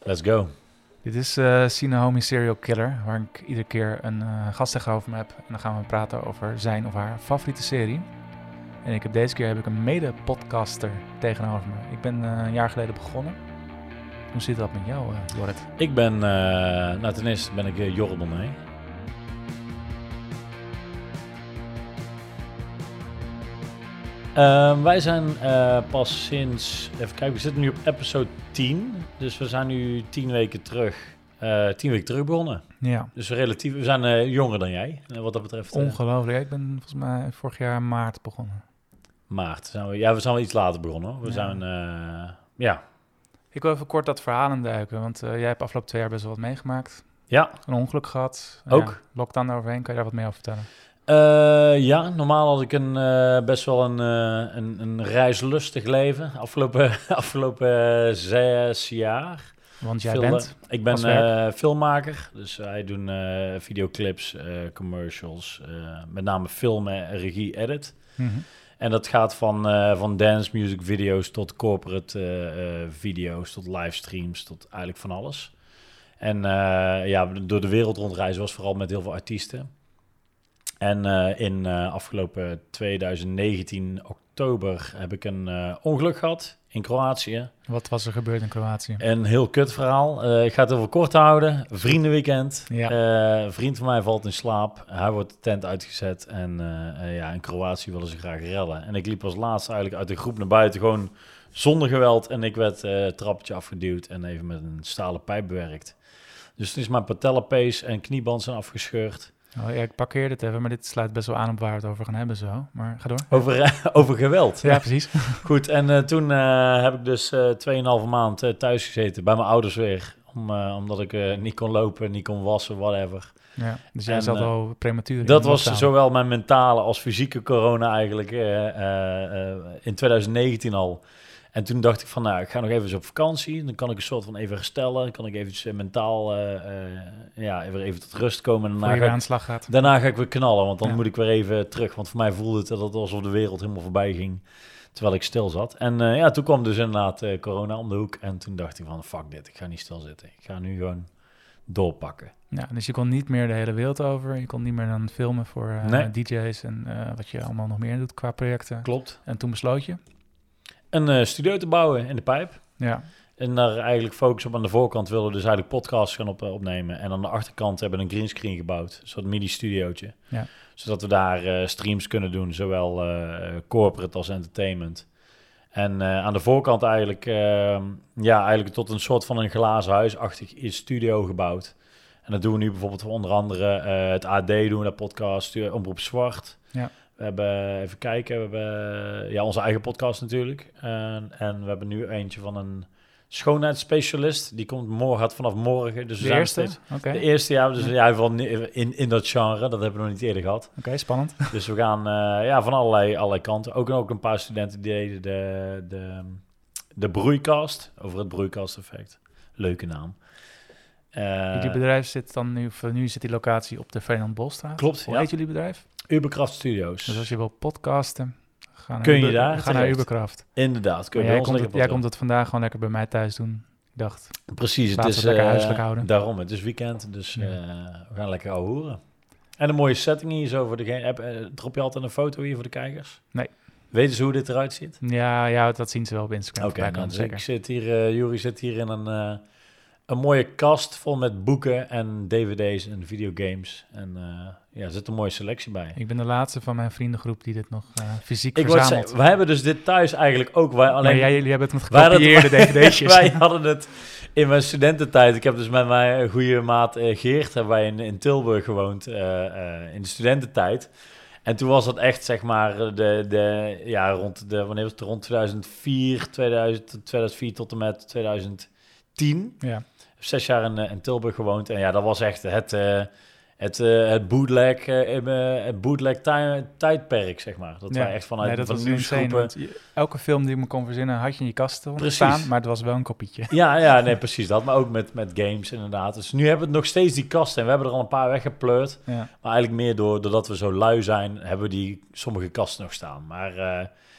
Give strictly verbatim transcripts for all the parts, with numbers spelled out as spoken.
Let's go. Dit is uh, Sine Homie Serial Killer, waar ik iedere keer een uh, gast tegenover me heb. En dan gaan we praten over zijn of haar favoriete serie. En ik heb deze keer heb ik een mede-podcaster tegenover me. Ik ben uh, een jaar geleden begonnen. Hoe zit dat met jou, uh, Jorrit? Ik ben, uh, nou ten eerste ben ik uh, Jorrit mee. Uh, wij zijn uh, pas sinds, even kijken, we zitten nu op episode tien. Dus we zijn nu tien weken terug, uh, tien weken terug begonnen. Ja. Dus relatief, we zijn uh, jonger dan jij, uh, wat dat betreft. Uh, Ongelooflijk. Ik ben volgens mij vorig jaar maart begonnen. Maart. Zijn we, ja, we zijn wel iets later begonnen. We ja. zijn, uh, ja. Ik wil even kort dat verhaal induiken, want uh, jij hebt afgelopen twee jaar best wel wat meegemaakt. Ja. Een ongeluk gehad. Ook. Ja, lockdown eroverheen. Kan je daar wat meer over vertellen? Uh, ja, normaal had ik een, uh, best wel een, uh, een, een reislustig leven. Afgelopen, afgelopen uh, zes jaar. Want jij Veel, bent? Uh, ik ben uh, filmmaker. Dus wij doen uh, videoclips, uh, commercials. Uh, met name filmen, regie, edit. Mm-hmm. En dat gaat van, uh, van dance music video's tot corporate uh, uh, video's, tot livestreams, tot eigenlijk van alles. En uh, ja, door de wereld rondreizen was vooral met heel veel artiesten. En uh, in uh, afgelopen twintig negentien oktober heb ik een uh, ongeluk gehad in Kroatië. Wat was er gebeurd in Kroatië? Een heel kut verhaal. Uh, ik ga het even kort houden. Vriendenweekend. Ja. Uh, een vriend van mij valt in slaap. Hij wordt de tent uitgezet. En uh, uh, ja, in Kroatië willen ze graag redden. En ik liep als laatste eigenlijk uit de groep naar buiten. Gewoon zonder geweld. En ik werd uh, het trappetje afgeduwd en even met een stalen pijp bewerkt. Dus toen is mijn patellapees en knieband zijn afgescheurd. Oh, ja, ik parkeer dit even, maar dit sluit best wel aan op waar we het over gaan hebben zo. Maar ga door. Over, uh, over geweld. Ja, precies. Goed, en uh, toen uh, heb ik dus uh, tweeënhalve maand uh, thuis gezeten bij mijn ouders weer. Om, uh, omdat ik uh, niet kon lopen, niet kon wassen, whatever. Ja, dus jij en, zat uh, al prematuur. Dat was lockdown. Zowel mijn mentale als fysieke corona eigenlijk uh, uh, uh, in twintig negentien al. En toen dacht ik van, nou, ik ga nog even eens op vakantie. Dan kan ik een soort van even herstellen. Dan kan ik even uh, mentaal uh, uh, ja, even, even tot rust komen. En daarna, ga ik, aan de slag gaat. daarna ga ik weer knallen, want dan ja. moet ik weer even terug. Want voor mij voelde het dat het alsof de wereld helemaal voorbij ging, terwijl ik stil zat. En uh, ja, toen kwam dus inderdaad uh, corona om de hoek. En toen dacht ik van, fuck dit, ik ga niet stilzitten. Ik ga nu gewoon doorpakken. Ja, dus je kon niet meer de hele wereld over. Je kon niet meer dan filmen voor uh, nee. D J's en uh, wat je allemaal nog meer doet qua projecten. Klopt. En toen besloot je? Een uh, studio te bouwen in de pijp. Ja. En daar eigenlijk focus op aan de voorkant willen we dus eigenlijk podcasts gaan op, opnemen. En aan de achterkant hebben we een greenscreen gebouwd. Een soort mini-studiootje. Ja. Zodat we daar uh, streams kunnen doen, zowel uh, corporate als entertainment. En uh, aan de voorkant eigenlijk, uh, ja, eigenlijk tot een soort van een glazen huisachtig studio gebouwd. En dat doen we nu bijvoorbeeld voor onder andere uh, het A D doen we dat podcast, uh, Omroep Zwart. Ja. We hebben, even kijken, we hebben ja, onze eigen podcast natuurlijk. Uh, en we hebben nu eentje van een schoonheidsspecialist. Die komt morgen, gaat vanaf morgen. Dus we de zijn eerste? steeds, okay. De eerste, ja. Dus ja, ja in, in dat genre, dat hebben we nog niet eerder gehad. Oké, okay, spannend. Dus we gaan uh, ja, van allerlei, allerlei kanten. Ook, ook een paar studenten die deden de, de, de broeikast, over het broeikast-effect. Leuke naam. Uh, jullie bedrijf zit dan nu, nu zit die locatie op de Ferdinand Bolstraat. Klopt, Hoe ja. heet jullie bedrijf? Uberkraft Studios. Dus als je wil podcasten, ga naar, kun Uber, je daar ga naar Uberkraft. Inderdaad. Kun je jij, komt het, jij komt het vandaag gewoon lekker bij mij thuis doen. Ik dacht, precies, het is het lekker uh, huiselijk houden. Daarom, het is weekend, dus ja. uh, we gaan lekker ouwe hoeren. En een mooie setting hier zo voor degene. Heb, uh, drop je altijd een foto hier voor de kijkers? Nee. Weten ze hoe dit eruit ziet? Ja, ja dat zien ze wel op Instagram. Oké, okay, nou, dus zeker. ik zit hier, uh, Juri zit hier in een, uh, een mooie kast vol met boeken en D V D's en videogames. En uh, ja, er zit een mooie selectie bij. Ik ben de laatste van mijn vriendengroep die dit nog uh, fysiek ik verzamelt. Wij hebben dus dit thuis eigenlijk ook. Wij alleen, maar jij, jullie hebben het met gekopieerde D V D'tjes. Wij hadden het in mijn studententijd. Ik heb dus met mijn goede maat uh, Geert, hebben wij in, in Tilburg gewoond uh, uh, in de studententijd. En toen was dat echt, zeg maar, de, de, ja, rond, de, wanneer was het? Rond tweeduizend vier, tweeduizend, tweeduizend vier tot en met tweeduizend tien. Ja. Zes jaar in, in Tilburg gewoond. En ja, dat was echt het, uh, het, uh, het bootleg, uh, het bootleg tij, tijdperk, zeg maar. Dat ja. wij echt vanuit nee, dat van was nieuwsgroepen... Elke film die ik me kon verzinnen had je in je kast staan, maar het was wel een kopietje. Ja, ja, nee, precies dat. Maar ook met, met games inderdaad. Dus nu hebben we nog steeds die kasten en we hebben er al een paar weggepleurd. Ja. Maar eigenlijk meer door, doordat we zo lui zijn, hebben we die sommige kasten nog staan. Maar uh,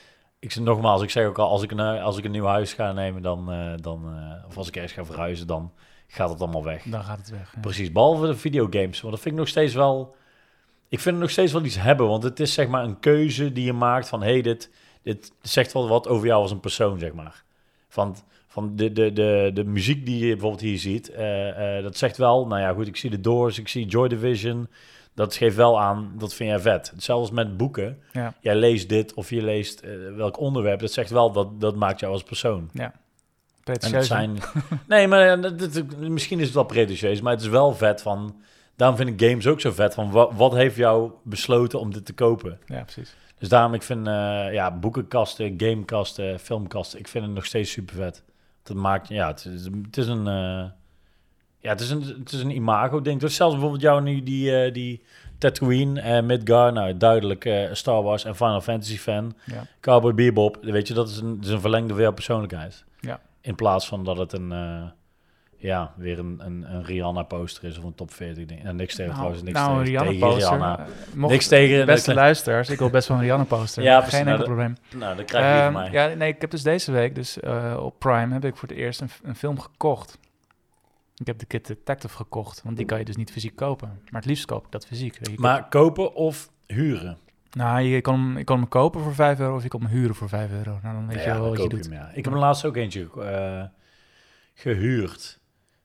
ik zeg nogmaals, ik zeg ook al, als ik een, als ik een nieuw huis ga nemen, dan, uh, dan uh, of als ik ergens ga verhuizen, dan gaat het allemaal weg. Dan gaat het weg. Ja. Precies, behalve de videogames. Want dat vind ik nog steeds wel... Ik vind het nog steeds wel iets hebben, want het is zeg maar een keuze die je maakt van... hey, dit, dit zegt wel wat over jou als een persoon, zeg maar. Van, van de, de, de, de muziek die je bijvoorbeeld hier ziet, uh, uh, dat zegt wel... Nou ja, goed, ik zie The Doors, ik zie Joy Division. Dat geeft wel aan, dat vind jij vet. Zelfs met boeken. Ja. Jij leest dit of je leest uh, welk onderwerp. Dat zegt wel, dat, dat maakt jou als persoon. Ja. Pretentieus. Zijn... nee, maar dat, dat, misschien is het wel pretentieus, maar het is wel vet van... Daarom vind ik games ook zo vet. Van wat, wat heeft jou besloten om dit te kopen? Ja, precies. Dus daarom, ik vind uh, ja, boekenkasten, gamekasten, filmkasten... Ik vind het nog steeds super vet. Dat maakt, ja, het is, het is een... Uh, ja, het is een, het is een imago, denk ik. Dus zelfs bijvoorbeeld jou nu, die, uh, die Tatooine, uh, Midgar... Nou, duidelijk uh, Star Wars en Final Fantasy fan. Ja. Cowboy Bebop, weet je, dat is een, dat is een verlengde van jouw persoonlijkheid. Ja. In plaats van dat het een... Uh, Ja, weer een, een, een Rihanna-poster is of een top veertig ding. En niks tegen nou, trouwens, niks nou, tegen, Rihanna tegen Rihanna. Uh, niks tegen... Beste de luisteraars, ik wil best wel een Rihanna-poster. Ja, geen enkel nou, probleem. Nou, dat krijg je uh, van mij. Ja, nee, ik heb dus deze week, dus uh, op Prime, heb ik voor het eerst een, een film gekocht. Ik heb de Kid Detective gekocht, want die kan je dus niet fysiek kopen. Maar het liefst koop ik dat fysiek. Je maar koop... kopen of huren? Nou, je kan hem, je kan hem kopen voor vijf euro of je kan hem huren voor vijf euro. Nou, dan weet ja, je wel wat je doet. Hem, ja. Ik heb hem laatst ook eentje uh, gehuurd.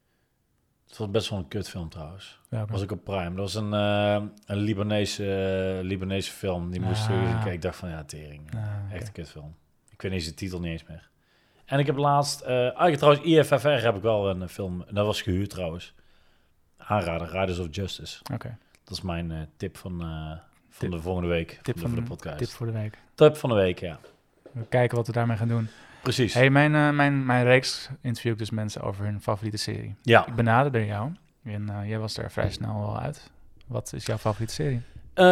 Het was best wel een kutfilm trouwens. Ja, was ik op Prime. Dat was een, uh, een Libanese, uh, Libanese film. Die moest ah. ik, ik dacht van ja, tering. Ah, okay. Echt een kutfilm. Ik weet niet eens de titel niet eens meer. En ik heb laatst... Uh, eigenlijk trouwens, I F F R heb ik wel een film. Dat was gehuurd trouwens. Aanrader, Riders of Justice. Oké. Okay. Dat is mijn uh, tip van, uh, van tip. de volgende week. Tip van de, van de podcast. Tip voor de week. Tip van de week, ja. We kijken wat we daarmee gaan doen. Precies. Hey, mijn, uh, mijn, mijn reeks interview ik dus mensen over hun favoriete serie. Ja. Ik benaderde jou en uh, jij was er vrij snel al uit. Wat is jouw favoriete serie?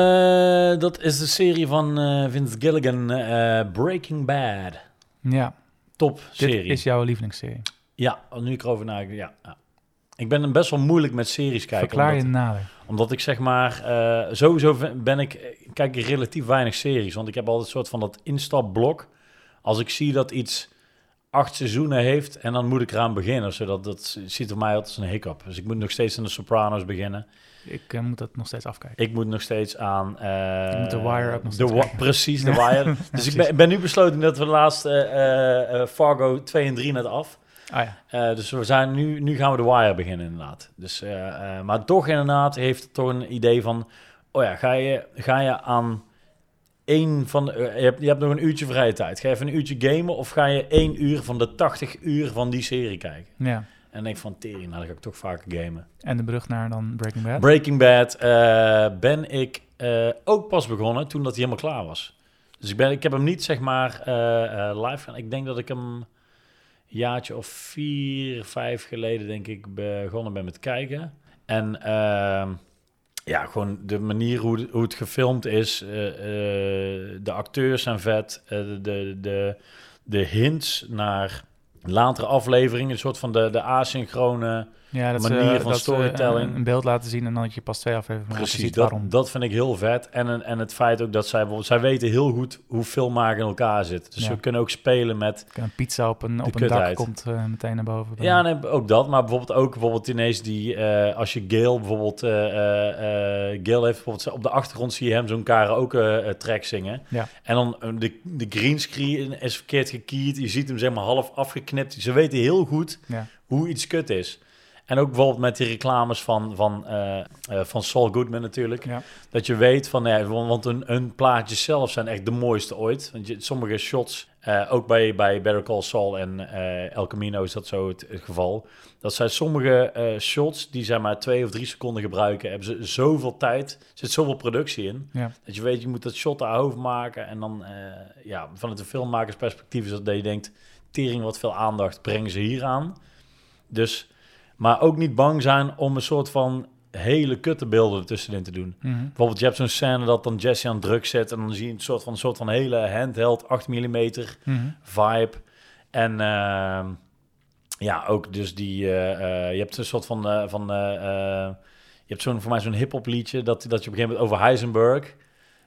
Uh, dat is de serie van uh, Vince Gilligan, uh, Breaking Bad. Ja. Top serie. Dit is jouw lievelingsserie? Ja, nu ik erover nadenk, ja, ja. Ik ben best wel moeilijk met series kijken. Verklaar omdat, je nader. Omdat ik zeg maar, uh, sowieso ben ik, kijk ik relatief weinig series. Want ik heb altijd een soort van dat instapblok. Als ik zie dat iets acht seizoenen heeft en dan moet ik eraan beginnen. Zodat dat ziet voor mij altijd als een hiccup. Dus ik moet nog steeds aan de Sopranos beginnen. Ik uh, moet dat nog steeds afkijken. Ik moet nog steeds aan... Uh, ik moet The Wire ook nog steeds wa- Precies, The Wire. Dus ja, ik ben, ben nu besloten dat we de laatste uh, uh, Fargo twee en drie net af. Ah, ja. uh, dus we zijn nu, nu gaan we The Wire beginnen inderdaad. Dus, uh, uh, maar toch inderdaad heeft het toch een idee van... Oh ja, ga je, ga je aan... Eén van de, uh, je, hebt, je hebt nog een uurtje vrije tijd. Ga je even een uurtje gamen of ga je één uur van de tachtig uur van die serie kijken? Ja. En dan denk ik van, tering, nou dan ga ik toch vaker gamen. En de brug naar dan Breaking Bad? Breaking Bad uh, ben ik uh, ook pas begonnen toen dat hij helemaal klaar was. Dus ik, ben, ik heb hem niet zeg maar uh, uh, live gaan. Ik denk dat ik hem een jaartje of vier, vijf geleden denk ik begonnen ben met kijken. En... Uh, Ja, gewoon de manier hoe, hoe het gefilmd is. Uh, uh, de acteurs zijn vet. Uh, de, de, de hints naar latere afleveringen. Een soort van de, de asynchrone ja, dat manier ze, van dat storytelling. Een, een beeld laten zien en dan dat je pas twee afleveringen Precies, ziet dat, waarom. dat vind ik heel vet. En, en het feit ook dat zij... bijvoorbeeld zij weten heel goed hoe filmmaken in elkaar zit. Dus ja. we kunnen ook spelen met... Een pizza op een, op een dak komt uh, meteen naar boven. Ja, nee, ook dat. Maar bijvoorbeeld ook bijvoorbeeld ineens die... Uh, als je Gale bijvoorbeeld... Uh, uh, Gale heeft bijvoorbeeld... Op de achtergrond zie je hem zo'n karaoke uh, track zingen. Ja. En dan uh, de, de greenscreen is verkeerd gekeyed. Je ziet hem zeg maar half afgeknipt. Ze weten heel goed ja. hoe iets kut is. En ook bijvoorbeeld met die reclames van, van, uh, uh, van Saul Goodman natuurlijk. Ja. Dat je weet van, ja, want hun, hun plaatjes zelf zijn echt de mooiste ooit. Want je, sommige shots, uh, ook bij, bij Better Call Saul en uh, El Camino is dat zo het, het geval. Dat zijn sommige uh, shots die zij maar twee of drie seconden gebruiken. Hebben ze zoveel tijd, er zit zoveel productie in. Ja. Dat je weet, je moet dat shot aan hoofd maken. En dan, uh, ja, vanuit een filmmakersperspectief is dat, dat je denkt... tering, wat veel aandacht brengen ze hier aan. Dus... Maar ook niet bang zijn om een soort van hele kutte beelden ertussenin te doen. Mm-hmm. Bijvoorbeeld, je hebt zo'n scène dat dan Jesse aan druk zet... en dan zie je een soort van, een soort van hele handheld acht millimeter mm-hmm. vibe. En uh, ja, ook dus die... Uh, uh, je hebt een soort van... Uh, van uh, uh, je hebt zo'n, voor mij zo'n hip-hop liedje... Dat, dat je op een gegeven moment over Heisenberg...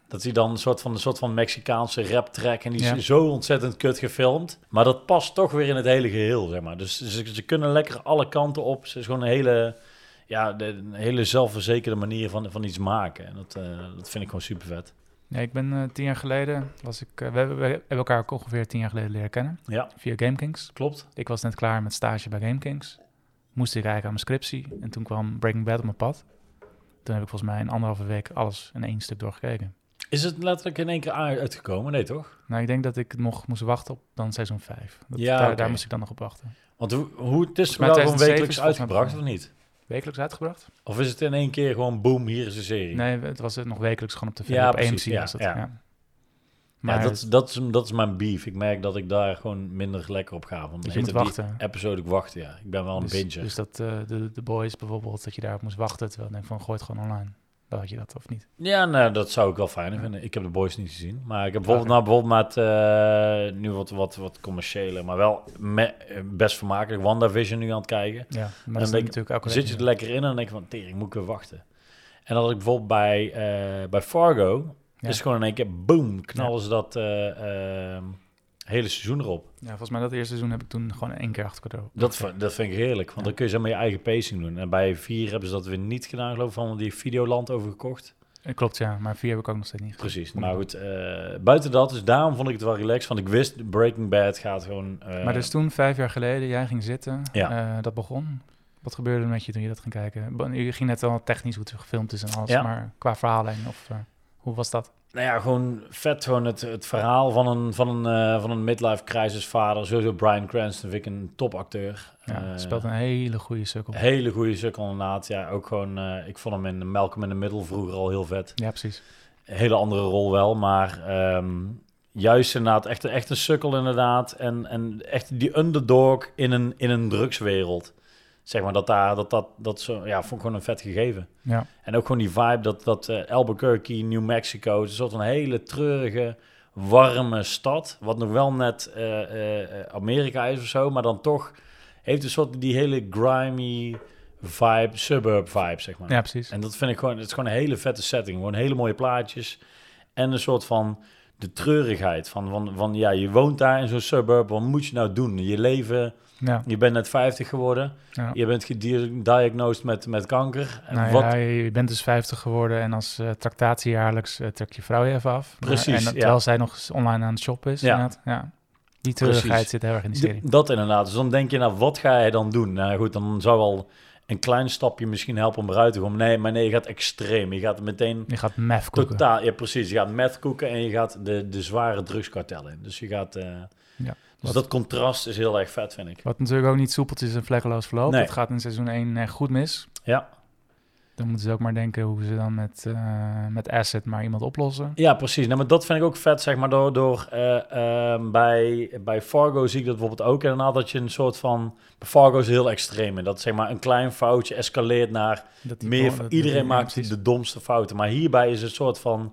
Dat hij dan een soort van, een soort van Mexicaanse rap track en die Ja. is zo ontzettend kut gefilmd. Maar dat past toch weer in het hele geheel, zeg maar. Dus ze, ze kunnen lekker alle kanten op. Ze is gewoon een hele, ja, de, een hele zelfverzekerde manier van, van iets maken. En dat, uh, dat vind ik gewoon super vet. Ja, ik ben uh, tien jaar geleden, was ik, uh, we, we, we hebben elkaar ook ongeveer tien jaar geleden leren kennen. Ja, Via GameKings. klopt. Ik was net klaar met stage bij GameKings. Moest ik kijken aan mijn scriptie. En toen kwam Breaking Bad op mijn pad. Toen heb ik volgens mij in anderhalve week alles in één stuk doorgekeken. Is het letterlijk in één keer uitgekomen? Nee, toch? Nou, ik denk dat ik nog moest wachten op dan seizoen vijf. Dat, Ja, daar, okay. daar moest ik dan nog op wachten. Want hoe, hoe het is mij wel gewoon tweeduizend zeven wekelijks is volgens mij uitgebracht, of niet? Wekelijks uitgebracht? Of is het in één keer gewoon boom, hier is een serie? Nee, het was nog wekelijks gewoon op tv. Ja, op precies, A M C ja, was het. ja. Ja. Maar Maar ja, dat, dat, is, dat is mijn beef. Ik merk dat ik daar gewoon minder lekker op ga. Want dus je moet wachten. Episode wachten, ja. Ik ben wel een Dus, binger. dus dat uh, de, de boys bijvoorbeeld, dat je daarop moest wachten. Terwijl ik denk van, gooi het gewoon online. Dan had je dat, of niet? Ja, nou, dat zou ik wel fijn vinden. Ik heb de boys niet gezien. Maar ik heb bijvoorbeeld, Okay. nou, bijvoorbeeld met, uh, nu wat, wat, wat commerciële, maar wel me, best vermakelijk. WandaVision nu aan het kijken. Ja, maar En dat is dan natuurlijk elke zit je er lekker in en dan denk je van, tering, moet ik weer wachten. En dan had ik bijvoorbeeld bij, uh, bij Fargo, Ja. is gewoon in één keer, boom, knallen ja. ze dat uh, uh, hele seizoen erop. Ja, volgens mij dat eerste seizoen heb ik toen gewoon één keer achter elkaar. Dat, v- dat vind ik heerlijk, want ja. dan kun je zeg maar je eigen pacing doen. En bij vier hebben ze dat weer niet gedaan, geloof ik, van die Videoland overgekocht. Klopt, ja, maar vier heb ik ook nog steeds niet gedaan. Precies, maar goed, uh, buiten dat, dus daarom vond ik het wel relaxed, want ik wist, Breaking Bad gaat gewoon... Uh, maar dus toen, vijf jaar geleden, jij ging zitten, ja. uh, dat begon. Wat gebeurde er met je toen je dat ging kijken? Je ging net al technisch hoe het gefilmd is en alles, ja. maar qua verhaallijn, of uh, hoe was dat? Nou ja, gewoon vet, gewoon het, het verhaal van een, van een, uh, van een midlife crisis vader. Sowieso Bryan Cranston vind ik een topacteur. Ja, uh, speelt een hele goede sukkel. Hele goede sukkel inderdaad. Ja, ook gewoon, uh, ik vond hem in Malcolm in the Middle vroeger al heel vet. Ja, precies. Een hele andere rol wel, maar um, juist inderdaad echt, echt een sukkel inderdaad. En, en echt die underdog in een, in een drugswereld. Zeg maar dat daar, dat dat, dat zo, ja, vond ik gewoon een vet gegeven. Ja. En ook gewoon die vibe dat, dat uh, Albuquerque, New Mexico, is een soort van hele treurige, warme stad. Wat nog wel net uh, uh, Amerika is of zo, maar dan toch heeft een soort die hele grimy vibe, suburb vibe, zeg maar. Ja, precies. En dat vind ik gewoon, het is gewoon een hele vette setting. Gewoon hele mooie plaatjes en een soort van de treurigheid van, van, van ja, je woont daar in zo'n suburb, wat moet je nou doen? Je leven... Ja. Je bent net vijftig geworden. Ja. Je bent gediagnosed met, met kanker. Nou Wat... ja, je bent dus vijftig geworden en als uh, tractatie jaarlijks uh, trek je vrouw je even af. Precies, maar, en dat, ja. Terwijl zij nog online aan het shoppen is. Ja. ja. Die treurigheid zit heel erg in die serie. D- dat inderdaad. Dus dan denk je, nou, wat ga je dan doen? Nou goed, dan zou al een klein stapje misschien helpen om eruit te komen. Nee, maar nee, je gaat extreem. Je gaat meteen... Je gaat meth koeken. Totaal, ja, precies. Je gaat meth koeken en je gaat de, de zware drugskartel in. Dus je gaat... Uh, ja. Dus dat contrast is heel erg vet, vind ik. Wat natuurlijk ook niet soepeltjes en vlekkeloos verloopt. Nee. Het gaat in seizoen één echt goed mis. Ja. Dan moeten ze ook maar denken hoe ze dan met, uh, met Acid maar iemand oplossen. Ja, precies. Nou, maar dat vind ik ook vet, zeg maar, door... door uh, uh, bij, bij Fargo zie ik dat bijvoorbeeld ook. En dan dat je een soort van... Fargo is heel extreem. En dat zeg maar een klein foutje escaleert naar dat die meer... Bom, dat, iedereen dat, maakt ja, de domste fouten. Maar hierbij is het soort van...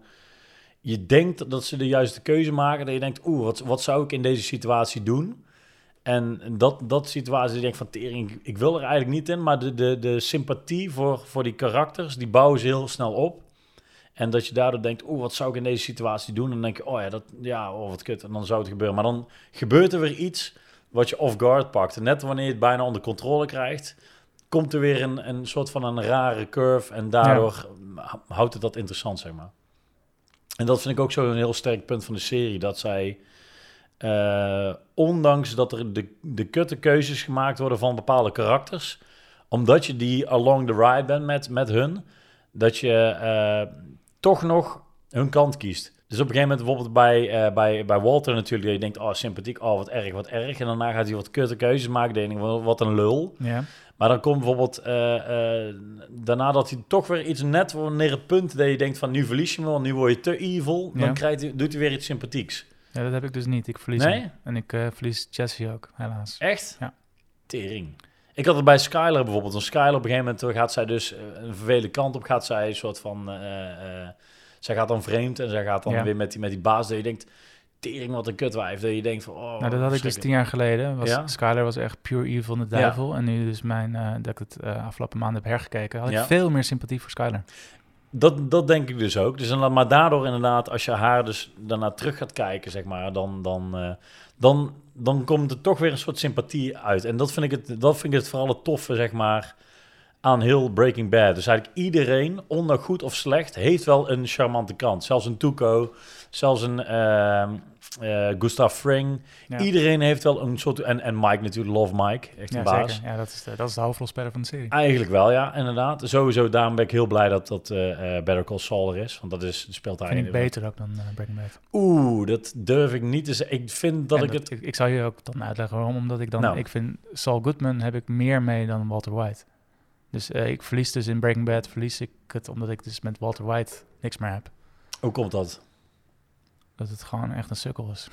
Je denkt dat ze de juiste keuze maken. Dat je denkt, oeh, wat, wat zou ik in deze situatie doen? En dat, dat situatie, die denk van tering, ik wil er eigenlijk niet in, maar de, de, de sympathie voor, voor die karakters, die bouwen ze heel snel op. En dat je daardoor denkt, oeh, wat zou ik in deze situatie doen? En dan denk je, oh ja, dat, ja, oh, wat kut, en dan zou het gebeuren. Maar dan gebeurt er weer iets wat je off guard pakt. En net wanneer je het bijna onder controle krijgt, komt er weer een, een soort van een rare curve en daardoor ja. houdt het dat interessant, zeg maar. En dat vind ik ook zo een heel sterk punt van de serie, dat zij... Uh, ondanks dat er de, de kutte keuzes gemaakt worden van bepaalde karakters, omdat je die along the ride bent met, met hun, dat je uh, toch nog hun kant kiest. Dus op een gegeven moment bijvoorbeeld bij, uh, bij, bij Walter natuurlijk, dat je denkt, oh sympathiek, oh wat erg, wat erg. En daarna gaat hij wat kutte keuzes maken, denk ik, wat een lul. Ja. Maar dan komt bijvoorbeeld uh, uh, daarna dat hij toch weer iets net wanneer het punt dat je denkt van nu verlies je me, want nu word je te evil, ja. dan krijgt hij, doet hij weer iets sympathieks. Ja, dat heb ik dus niet. Ik verlies nee? hem. En ik uh, verlies Jesse ook, helaas. Echt? Ja. Tering. Ik had het bij Skyler bijvoorbeeld. Een Skyler op een gegeven moment gaat zij dus uh, een vervelende kant op. Gaat zij een soort van... Uh, uh, zij gaat dan vreemd en zij gaat dan ja. weer met die, met die baas. Dat je denkt, tering wat een kutwijf. Dat je denkt van... Oh, nou, dat had ik dus tien jaar geleden. Was, ja? Skyler was echt pure evil in de duivel. Ja. En nu dus mijn... Uh, dat ik het uh, afgelopen maand heb hergekeken... had ik ja. veel meer sympathie voor Skyler. dat, dat denk ik dus ook. Dus, en, maar daardoor inderdaad, als je haar dus daarna terug gaat kijken, zeg maar, dan, dan, uh, dan, dan komt er toch weer een soort sympathie uit. En dat vind ik het, dat vind ik het vooral het toffe, zeg maar, aan heel Breaking Bad. Dus eigenlijk iedereen, onder goed of slecht, heeft wel een charmante kant. Zelfs een Tuco, zelfs een uh, uh, Gustav Fring. Ja. Iedereen heeft wel een soort... En, en Mike natuurlijk, Love Mike, echt een ja, baas. Zeker. Ja, dat is de, dat is de hoofdrolspeler van de serie. Eigenlijk wel, ja, inderdaad. Sowieso, daarom ben ik heel blij dat dat uh, uh, Better Call Saul er is. Want dat is, speelt daar... Vind ik beter ook dan uh, Breaking Bad. Oeh, dat durf ik niet te zeggen. Ik vind dat en ik dat, het... Ik, ik zou je ook dan uitleggen waarom. Omdat ik dan... Nou. Ik vind Saul Goodman heb ik meer mee dan Walter White. Dus uh, ik verlies dus in Breaking Bad, verlies ik het omdat ik dus met Walter White niks meer heb. Hoe komt dat? Dat het gewoon echt een sukkel is.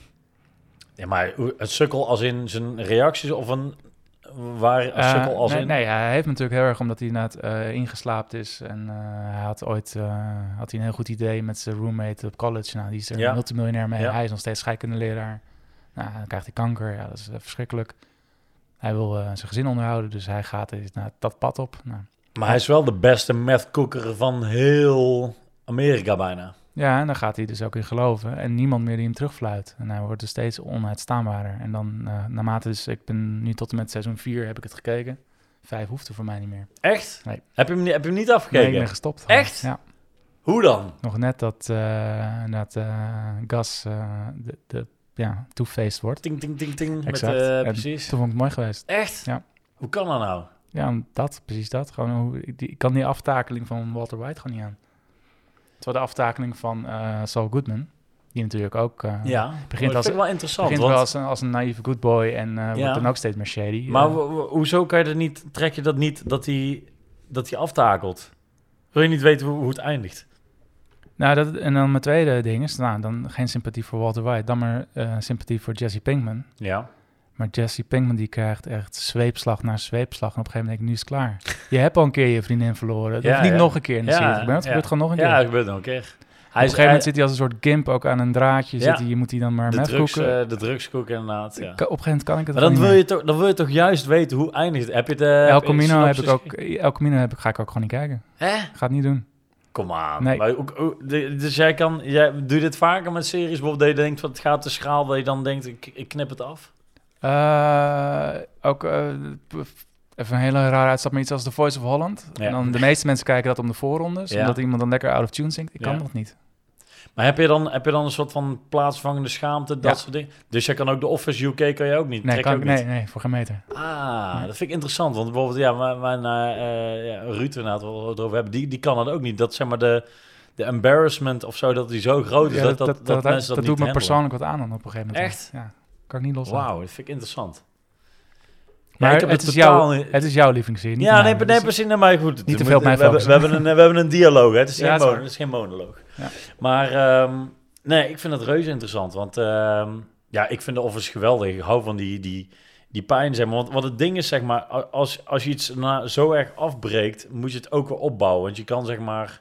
Ja, maar een sukkel als in zijn reacties of een... Waar een uh, sukkel als nee, in... Nee, hij heeft natuurlijk heel erg omdat hij net uh, ingeslaapt is. En uh, hij had ooit uh, had hij een heel goed idee met zijn roommate op college. Nou, die is er ja. multimiljonair mee. Ja. Hij is nog steeds scheikundeleraar. Nou, dan krijgt hij kanker. Ja, dat is uh, verschrikkelijk. Hij wil uh, zijn gezin onderhouden, dus hij gaat uh, naar dat pad op. Nou, maar hij is wel de beste meth-cooker van heel Amerika bijna. Ja, en daar gaat hij dus ook in geloven. En niemand meer die hem terugfluit. En hij wordt dus steeds onuitstaanbaarder. En dan, uh, naarmate dus... Ik ben nu tot en met seizoen vier heb ik het gekeken. Vijf hoeft er voor mij niet meer. Echt? Nee. Heb je hem niet, heb je hem niet afgekeken? Nee, ik ben gestopt. Echt? Ja. Hoe dan? Nog net dat, uh, dat uh, Gas uh, de, de, ja, two-faced wordt. Ting, ting, ting, ting. Exact. Met, uh, en precies. Toen vond ik het mooi geweest. Echt? Ja. Hoe kan dat nou? Ja, dat. Precies dat. Gewoon, hoe, ik, ik kan die aftakeling van Walter White gewoon niet aan. Terwijl de aftakeling van uh, Saul Goodman, die natuurlijk ook uh, ja, begint, als, wel interessant, begint want... wel als een, als een naïeve good boy en uh, ja. wordt dan ook steeds meer shady. Maar uh, wo- wo- hoezo kan je dat niet, trek je dat niet dat hij dat hij aftakelt? Wil je niet weten hoe, hoe het eindigt? Nou, dat, en dan mijn tweede ding is, nou, dan geen sympathie voor Walter White, dan maar uh, sympathie voor Jesse Pinkman. Ja. Maar Jesse Pinkman die krijgt echt zweepslag na zweepslag. En op een gegeven moment denk ik, nu is het klaar. Je hebt al een keer je vriendin verloren. Dat ja, hoeft niet ja. nog een keer in de ja, serie te gebeuren. Het ja. gebeurt gewoon nog een Ja, keer. het gebeurt nog een keer. Hij Op een gegeven moment zit hij als een soort gimp ook aan een draadje. Ja. Zit hij, je moet hij dan maar de meth drugs, koeken. uh, de drugskoek inderdaad, ja. Op een gegeven moment kan ik het Maar dan niet wil, meer. je toch, dan wil je toch juist weten hoe eindigt het? Heb je de... El heb je de Camino heb ik synopsis ook... El Camino heb ik, ga ik ook gewoon niet kijken. Hè? Ga het niet doen. Kom aan. Nee. Maar, ook, ook, de- dus jij kan... Jij, doe je dit vaker met series? Bijvoorbeeld dat je denkt, van het gaat te schaal, dat je dan denkt, ik, ik knip het af? Uh, ook uh, even een hele rare uitstap, maar iets als The Voice of Holland. Ja. En dan de meeste mensen kijken dat om de voorrondes, Ja. omdat iemand dan lekker out of tune zingt. Ik kan Ja. dat niet. Maar heb je dan, heb je dan een soort van plaatsvervangende schaamte, dat Ja. soort dingen? Dus jij kan ook de Office U K kan je ook niet? Nee, Trek kan, je ook nee, niet? nee, voor geen meter. Ah, Nee. dat vind ik interessant. Want bijvoorbeeld, ja, mijn, mijn uh, ja, Ruud, inderdaad, wat we het erover hebben, die, die kan dat ook niet. Dat zeg maar de, de embarrassment of zo, dat die zo groot is, Ja, dat, dat, dat, dat mensen dat, dat niet doet me handelen. persoonlijk wat aan dan op een gegeven moment. Echt? Ja, kan ik niet los. Wauw, dat vind ik interessant. Maar ik heb het, het is totaal jouw, niet- het is jouw lievelingsserie, niet Ja, de nee, mijne. nee, Dus- precies. Nee, maar goed. Niet we te veel op mij we, hebben, we, focussen. hebben een, we hebben een dialoog, hè. Het is Ja, geen, dat is mon- waar. het is geen monoloog. Ja. Maar ehm, nee, ik vind het reuze interessant. Want ehm, ja, ik vind de Office geweldig. Ik hou van die, die, die pijn, zeg maar. Want, want het ding is, zeg maar, als, als je iets na, zo erg afbreekt, moet je het ook weer opbouwen. Want je kan, zeg maar...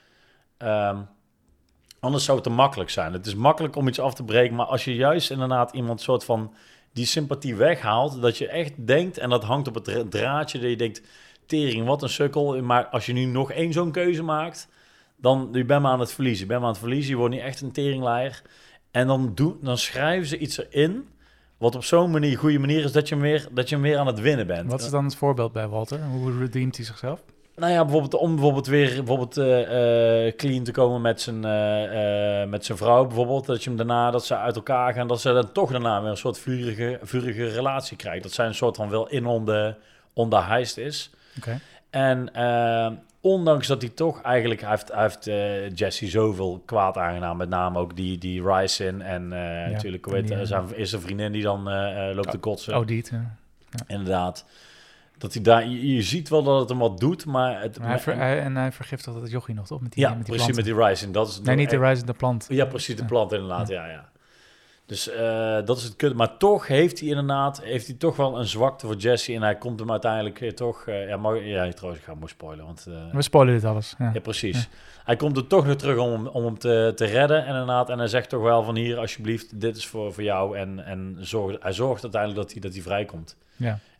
ehm, anders zou het te makkelijk zijn. Het is makkelijk om iets af te breken, maar als je juist inderdaad iemand soort van die sympathie weghaalt, dat je echt denkt, en dat hangt op het dra- draadje, dat je denkt, tering, wat een sukkel. Maar als je nu nog één zo'n keuze maakt, dan je bent maar aan het verliezen. Je bent maar aan het verliezen, je wordt niet echt een teringleier. En dan, doe, dan schrijven ze iets erin, wat op zo'n manier, goede manier is, dat je, hem weer, dat je hem weer aan het winnen bent. Wat is dan het voorbeeld bij Walter? Hoe redeemt hij zichzelf? Nou ja, bijvoorbeeld om bijvoorbeeld weer bijvoorbeeld, uh, uh, clean te komen met zijn, uh, uh, met zijn vrouw bijvoorbeeld. Dat je hem daarna, dat ze uit elkaar gaan, dat ze dan toch daarna weer een soort vurige, vurige relatie krijgt. Dat zij een soort van wel in on the, on the heist is. Okay. En uh, ondanks dat hij toch eigenlijk, hij heeft, hij heeft uh, Jesse zoveel kwaad aangedaan. Met name ook die, die Ryzen en uh, ja, natuurlijk, hoe heet, die, uh, zijn eerste vriendin die dan uh, uh, loopt oh, te kotsen. Oh, die ja. Ja. Inderdaad. Dat hij daar, je, je ziet wel dat het hem wat doet, maar... Het, maar hij ver, hij, en hij vergiftigt dat jochie nog, toch? Met die, ja, met die precies, planten. met die Ryzen. Dat is Nee, niet de Ryzen, de plant. Ja, precies, de plant inderdaad, ja, ja. ja. Dus uh, dat is het kut. Maar toch heeft hij inderdaad, heeft hij toch wel een zwakte voor Jesse. En hij komt hem uiteindelijk uh, toch... Uh, ja, maar, ja, trouwens, ik ga hem mooi spoilen, want... Uh, We spoilen dit alles. Ja, ja precies. Ja. Hij komt er toch weer terug om, om hem te, te redden. En inderdaad, en hij zegt toch wel van hier, alsjeblieft, dit is voor, voor jou. En, en zorg, hij zorgt uiteindelijk dat hij, dat hij vrijkomt. Ja.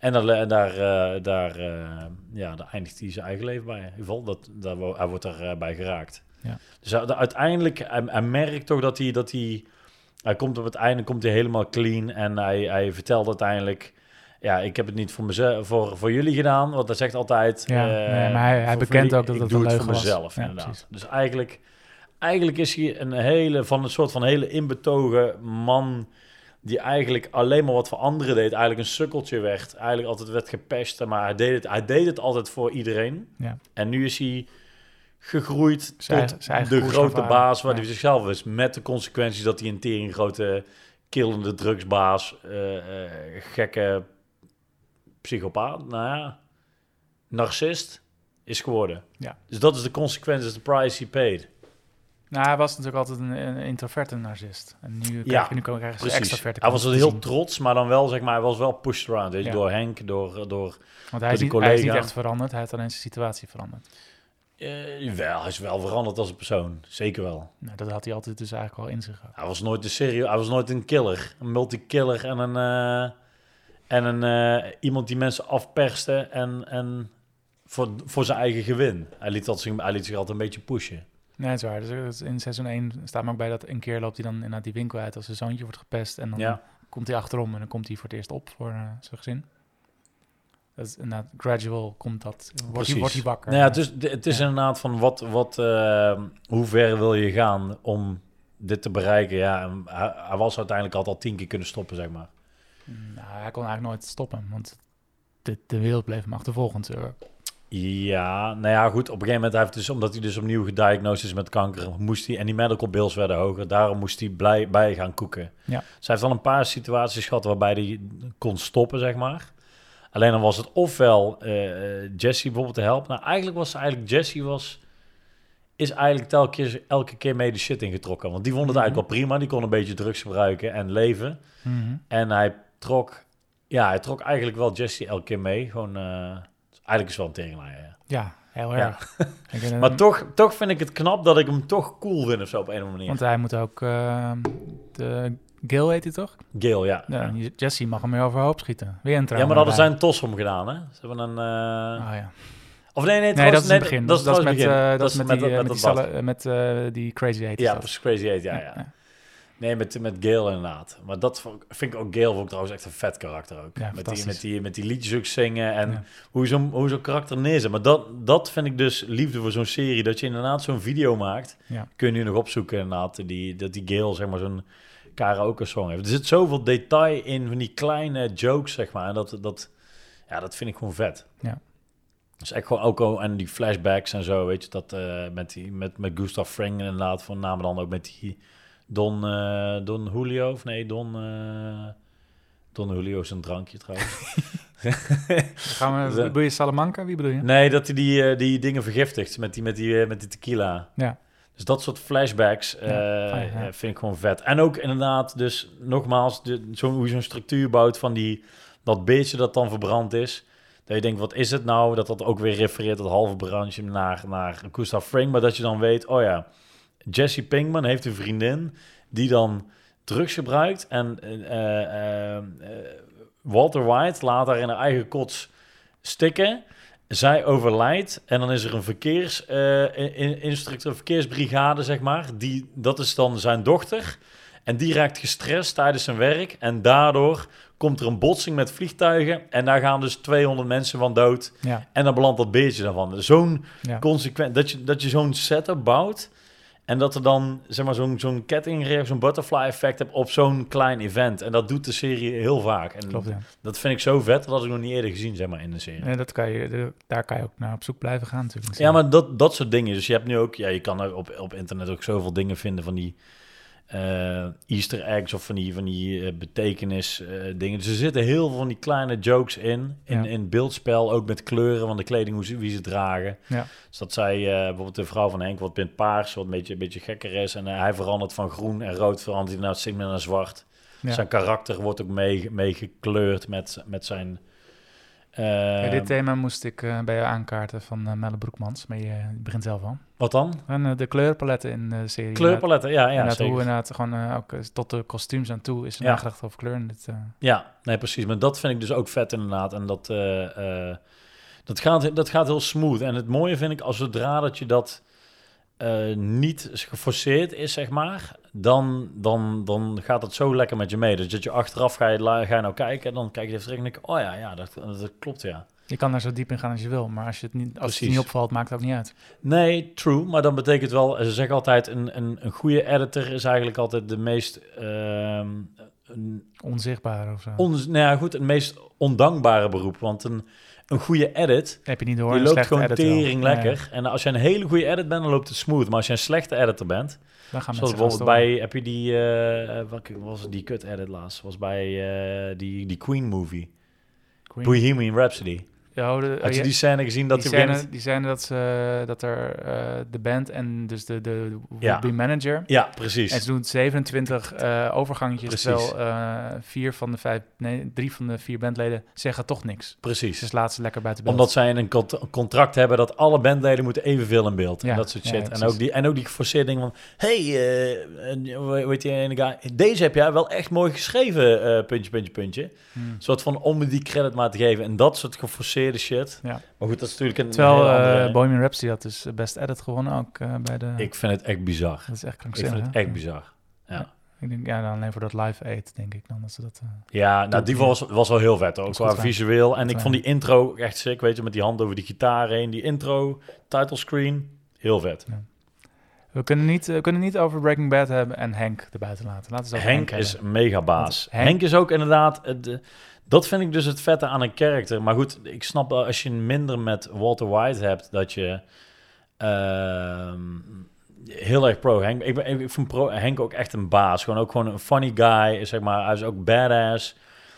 En dan, en daar, uh, daar, uh, ja, daar eindigt hij zijn eigen leven bij. In ieder geval, dat, dat, hij wordt daarbij uh, bij geraakt. Ja. Dus uh, uiteindelijk, hij, hij merkt toch dat hij, dat hij... Hij komt op het einde komt hij helemaal clean. En hij, hij vertelt uiteindelijk... Ja, ik heb het niet voor, mezelf, voor, voor jullie gedaan. Want hij zegt altijd... Ja, uh, nee, maar hij, hij bekent ook dat het een leugen was. Ik doe het voor mezelf, ja, inderdaad. Precies. Dus eigenlijk, eigenlijk is hij een hele... Van een soort van hele inbetogen man... die eigenlijk alleen maar wat voor anderen deed. Eigenlijk een sukkeltje werd. Eigenlijk altijd werd gepest. Maar hij deed het, hij deed het altijd voor iedereen. Ja. En nu is hij gegroeid zijn, tot zijn de grote baas waar ja. hij zichzelf is. Met de consequenties dat hij een tering grote killende drugsbaas, uh, uh, gekke psychopaat, nou ja, narcist is geworden. Ja. Dus dat is de consequentie, de price he paid. Nou, hij was natuurlijk altijd een, een introverte narcist. En nu krijg ja, je, nu krijg je precies. extraverte. Hij was heel trots, maar dan wel, zeg maar, hij was wel pushed around. Weet je, ja. door Henk, door, door Want hij is, niet, hij is niet echt veranderd, hij heeft alleen zijn situatie veranderd. Uh, wel, hij is wel veranderd als een persoon, zeker wel. Nou, dat had hij altijd dus eigenlijk al in zich gehad. Hij was nooit een serie, hij was nooit een killer, een multikiller en een uh, en een uh, iemand die mensen afperste en en voor voor zijn eigen gewin. Hij liet dat zich, hij liet zich altijd een beetje pushen. Nee, dat is waar. Dus in seizoen één staat maar ook bij dat een keer loopt hij dan inderdaad die winkel uit als zijn zoontje wordt gepest en dan ja. komt hij achterom en dan komt hij voor het eerst op voor uh, zijn gezin. Dat is inderdaad gradual komt dat. Wordt hij, wordt hij wakker. Nou ja, het is, het is ja. inderdaad van wat, wat, uh, hoe ver wil je gaan om dit te bereiken? Ja, hij, hij was uiteindelijk altijd al tien keer kunnen stoppen, zeg maar. Nou, hij kon eigenlijk nooit stoppen, want de, de wereld bleef hem achtervolgen natuurlijk. Ja, nou ja, goed. Op een gegeven moment, hij heeft dus, omdat hij dus opnieuw gediagnosed is met kanker, moest hij, en die medical bills werden hoger, daarom moest hij blij, bij gaan koeken. Ja. Dus hij heeft wel een paar situaties gehad waarbij hij kon stoppen, zeg maar. Alleen dan was het ofwel uh, Jesse bijvoorbeeld te helpen. Nou, eigenlijk was eigenlijk Jesse was, is eigenlijk telkens keer, elke keer mee de shit ingetrokken. Want die vond het mm-hmm. eigenlijk wel prima. Die kon een beetje drugs gebruiken en leven. Mm-hmm. En hij trok, ja, hij trok eigenlijk wel Jesse elke keer mee. Gewoon, uh, eigenlijk is wel een teringlaaier, ja. Ja, heel erg. Ja. maar toch, toch vind ik het knap dat ik hem toch cool vind of zo op een of andere manier. Want hij moet ook, uh, de Gil heet hij toch? Gil, ja. ja, ja. Jesse mag hem weer overhoop schieten. Weer een ja, maar dat zijn tos om gedaan, hè? Ze hebben een... Uh... Oh ja. Of nee, nee, nee, dat is nee, het begin. Dat is, dat is met, uh, dat is met, met, die, met, met, die, met, met uh, die Crazy Eight. Ja, precies, Crazy Eight, ja, ja. ja. ja. Nee, met, met Gale inderdaad. Maar dat vind ik ook, Gale vond ik trouwens echt een vet karakter ook. Ja, met, die, met, die, met die liedjes ook zingen en ja. hoe zo'n hoe zo'n karakter neerzet. Maar dat, dat vind ik dus liefde voor zo'n serie. Dat je inderdaad zo'n video maakt. Ja. Kun je nu nog opzoeken inderdaad. Die, dat die Gale zeg maar zo'n karaoke song heeft. Er zit zoveel detail in van die kleine jokes zeg maar. En dat, dat, ja, dat vind ik gewoon vet. Ja. Dus echt gewoon ook al en die flashbacks en zo, weet je. Dat uh, met, die, met, met Gustav Fring inderdaad. Van name dan ook met die... Don, uh, Don Julio, of nee, Don... Uh, Don Julio is een drankje trouwens. Gaan we, bedoel je Salamanca? Wie bedoel je? Nee, dat hij die, uh, die dingen vergiftigt met die, met, die, uh, met die tequila. Ja. Dus dat soort flashbacks uh, ja. Oh, ja, ja. vind ik gewoon vet. En ook inderdaad, dus nogmaals, de, zo, hoe je zo'n structuur bouwt van die, dat beestje dat dan verbrand is. Dat je denkt, wat is het nou? Dat dat ook weer refereert, dat halve brandje naar, naar Gustav Fring. Maar dat je dan weet, oh ja... Jesse Pinkman heeft een vriendin die dan drugs gebruikt. En uh, uh, uh, Walter White laat haar in haar eigen kots stikken. Zij overlijdt en dan is er een verkeersinstructeur, uh, verkeersbrigade, zeg maar. Die, dat is dan zijn dochter. En die raakt gestrest tijdens zijn werk. En daardoor komt er een botsing met vliegtuigen. En daar gaan dus tweehonderd mensen van dood. Ja. En dan belandt dat beestje daarvan. Zo'n ja. consequent, dat je, dat je zo'n setup bouwt. En dat er dan, zeg maar, zo'n, zo'n kettingreactie, zo'n butterfly effect hebt op zo'n klein event. En dat doet de serie heel vaak. En Klopt, ja. dat vind ik zo vet, dat had ik nog niet eerder gezien, zeg maar, in de serie. Nee, dat kan je, daar kan je ook naar op zoek blijven gaan natuurlijk. Ja, maar dat, dat soort dingen. Dus je hebt nu ook, ja, je kan er op, op internet ook zoveel dingen vinden van die uh, Easter eggs of van die, van die uh, betekenis uh, dingen. Dus er zitten heel veel van die kleine jokes in, in, ja. in beeldspel, ook met kleuren van de kleding, hoe ze, wie ze dragen. Ja. Dus dat zij, uh, bijvoorbeeld de vrouw van Henk wordt in het paars, wat een beetje, een beetje gekker is. En uh, hij verandert van groen en rood, verandert hij naar steeds naar zwart. Ja. Zijn karakter wordt ook mee, mee gekleurd met, met zijn Uh, ja, dit thema moest ik uh, bij je aankaarten van uh, Melle Broekmans, maar je, je begint zelf al. Wat dan? En uh, de kleurpaletten in de serie. Kleurpaletten, ja, ja, inderdaad, zeker. Hoe inderdaad gewoon uh, ook tot de kostuums aan toe is er ja. nagedacht over kleur. Dit, uh... Ja, nee, precies. Maar dat vind ik dus ook vet inderdaad. En dat, uh, uh, dat, gaat, dat gaat heel smooth. En het mooie vind ik, als zodra dat je dat uh, niet geforceerd is, zeg maar, dan, dan, dan gaat het zo lekker met je mee. Dus dat je achteraf ga je, ga je nou kijken en dan kijk je even terug en denk oh ja, ja dat, dat klopt, ja. Je kan daar zo diep in gaan als je wil, maar als, je het, niet, als het niet opvalt, maakt het ook niet uit. Nee, true, maar dan betekent wel, ze zeggen altijd, een, een, een goede editor is eigenlijk altijd de meest... Uh, een, onzichtbare of zo. On, nou ja, goed, het meest ondankbare beroep, want een, een goede edit, heb je niet door, die loopt gewoon tering wel. lekker. Nee. En als je een hele goede edit bent, dan loopt het smooth. Maar als je een slechte editor bent, dan gaan zoals bijvoorbeeld bij, heb je die, uh, welke was het, die cut edit laatst? Was bij uh, die, die Queen movie, Queen. Bohemian Rhapsody. Ja, de, Had je ja, die scène gezien dat die die scène, die scène dat ze dat er uh, de band en dus de de would-be ja. manager. Ja, precies. En ze doen zevenentwintig uh, overgangetjes, precies. Terwijl uh, vier van de vijf, nee, drie van de vier bandleden zeggen toch niks. Precies. Dus laat ze lekker buiten beeld. Omdat zij een cont- contract hebben dat alle bandleden moeten evenveel in beeld. Ja, en dat soort shit. Ja, en, ook die, en ook die geforceerde dingen van, hey, uh, weet je, ene guy, deze heb jij wel echt mooi geschreven, uh, puntje, puntje, puntje. Hmm. Een soort van om die credit maar te geven. En dat soort geforceerde shit. Ja. Maar goed, dat is natuurlijk een Terwijl hele andere... uh, Bohemian Rhapsody had dus Best Edit gewonnen ook uh, bij de... Ik vind het echt bizar. Dat is echt krankzinnig. Ik vind het echt ja. bizar. Ja. ja. Ik denk, ja, dan alleen voor dat Live Aid, denk ik dan, dat ze dat... Uh, ja, nou, die was, was wel heel vet, ook qua visueel. En ik vond die intro echt sick, weet je, met die hand over die gitaar heen. Die intro, title screen, heel vet. Ja. We kunnen, niet, we kunnen niet over Breaking Bad hebben en Henk erbuiten laten. Laten we het Henk is mega baas. Henk, Henk is ook inderdaad... De, dat vind ik dus het vette aan een karakter. Maar goed, ik snap wel als je minder met Walter White hebt, dat je uh, heel erg pro Henk. Ik, ben, ik vind pro Henk ook echt een baas. Gewoon ook gewoon een funny guy, zeg maar. Hij is ook badass.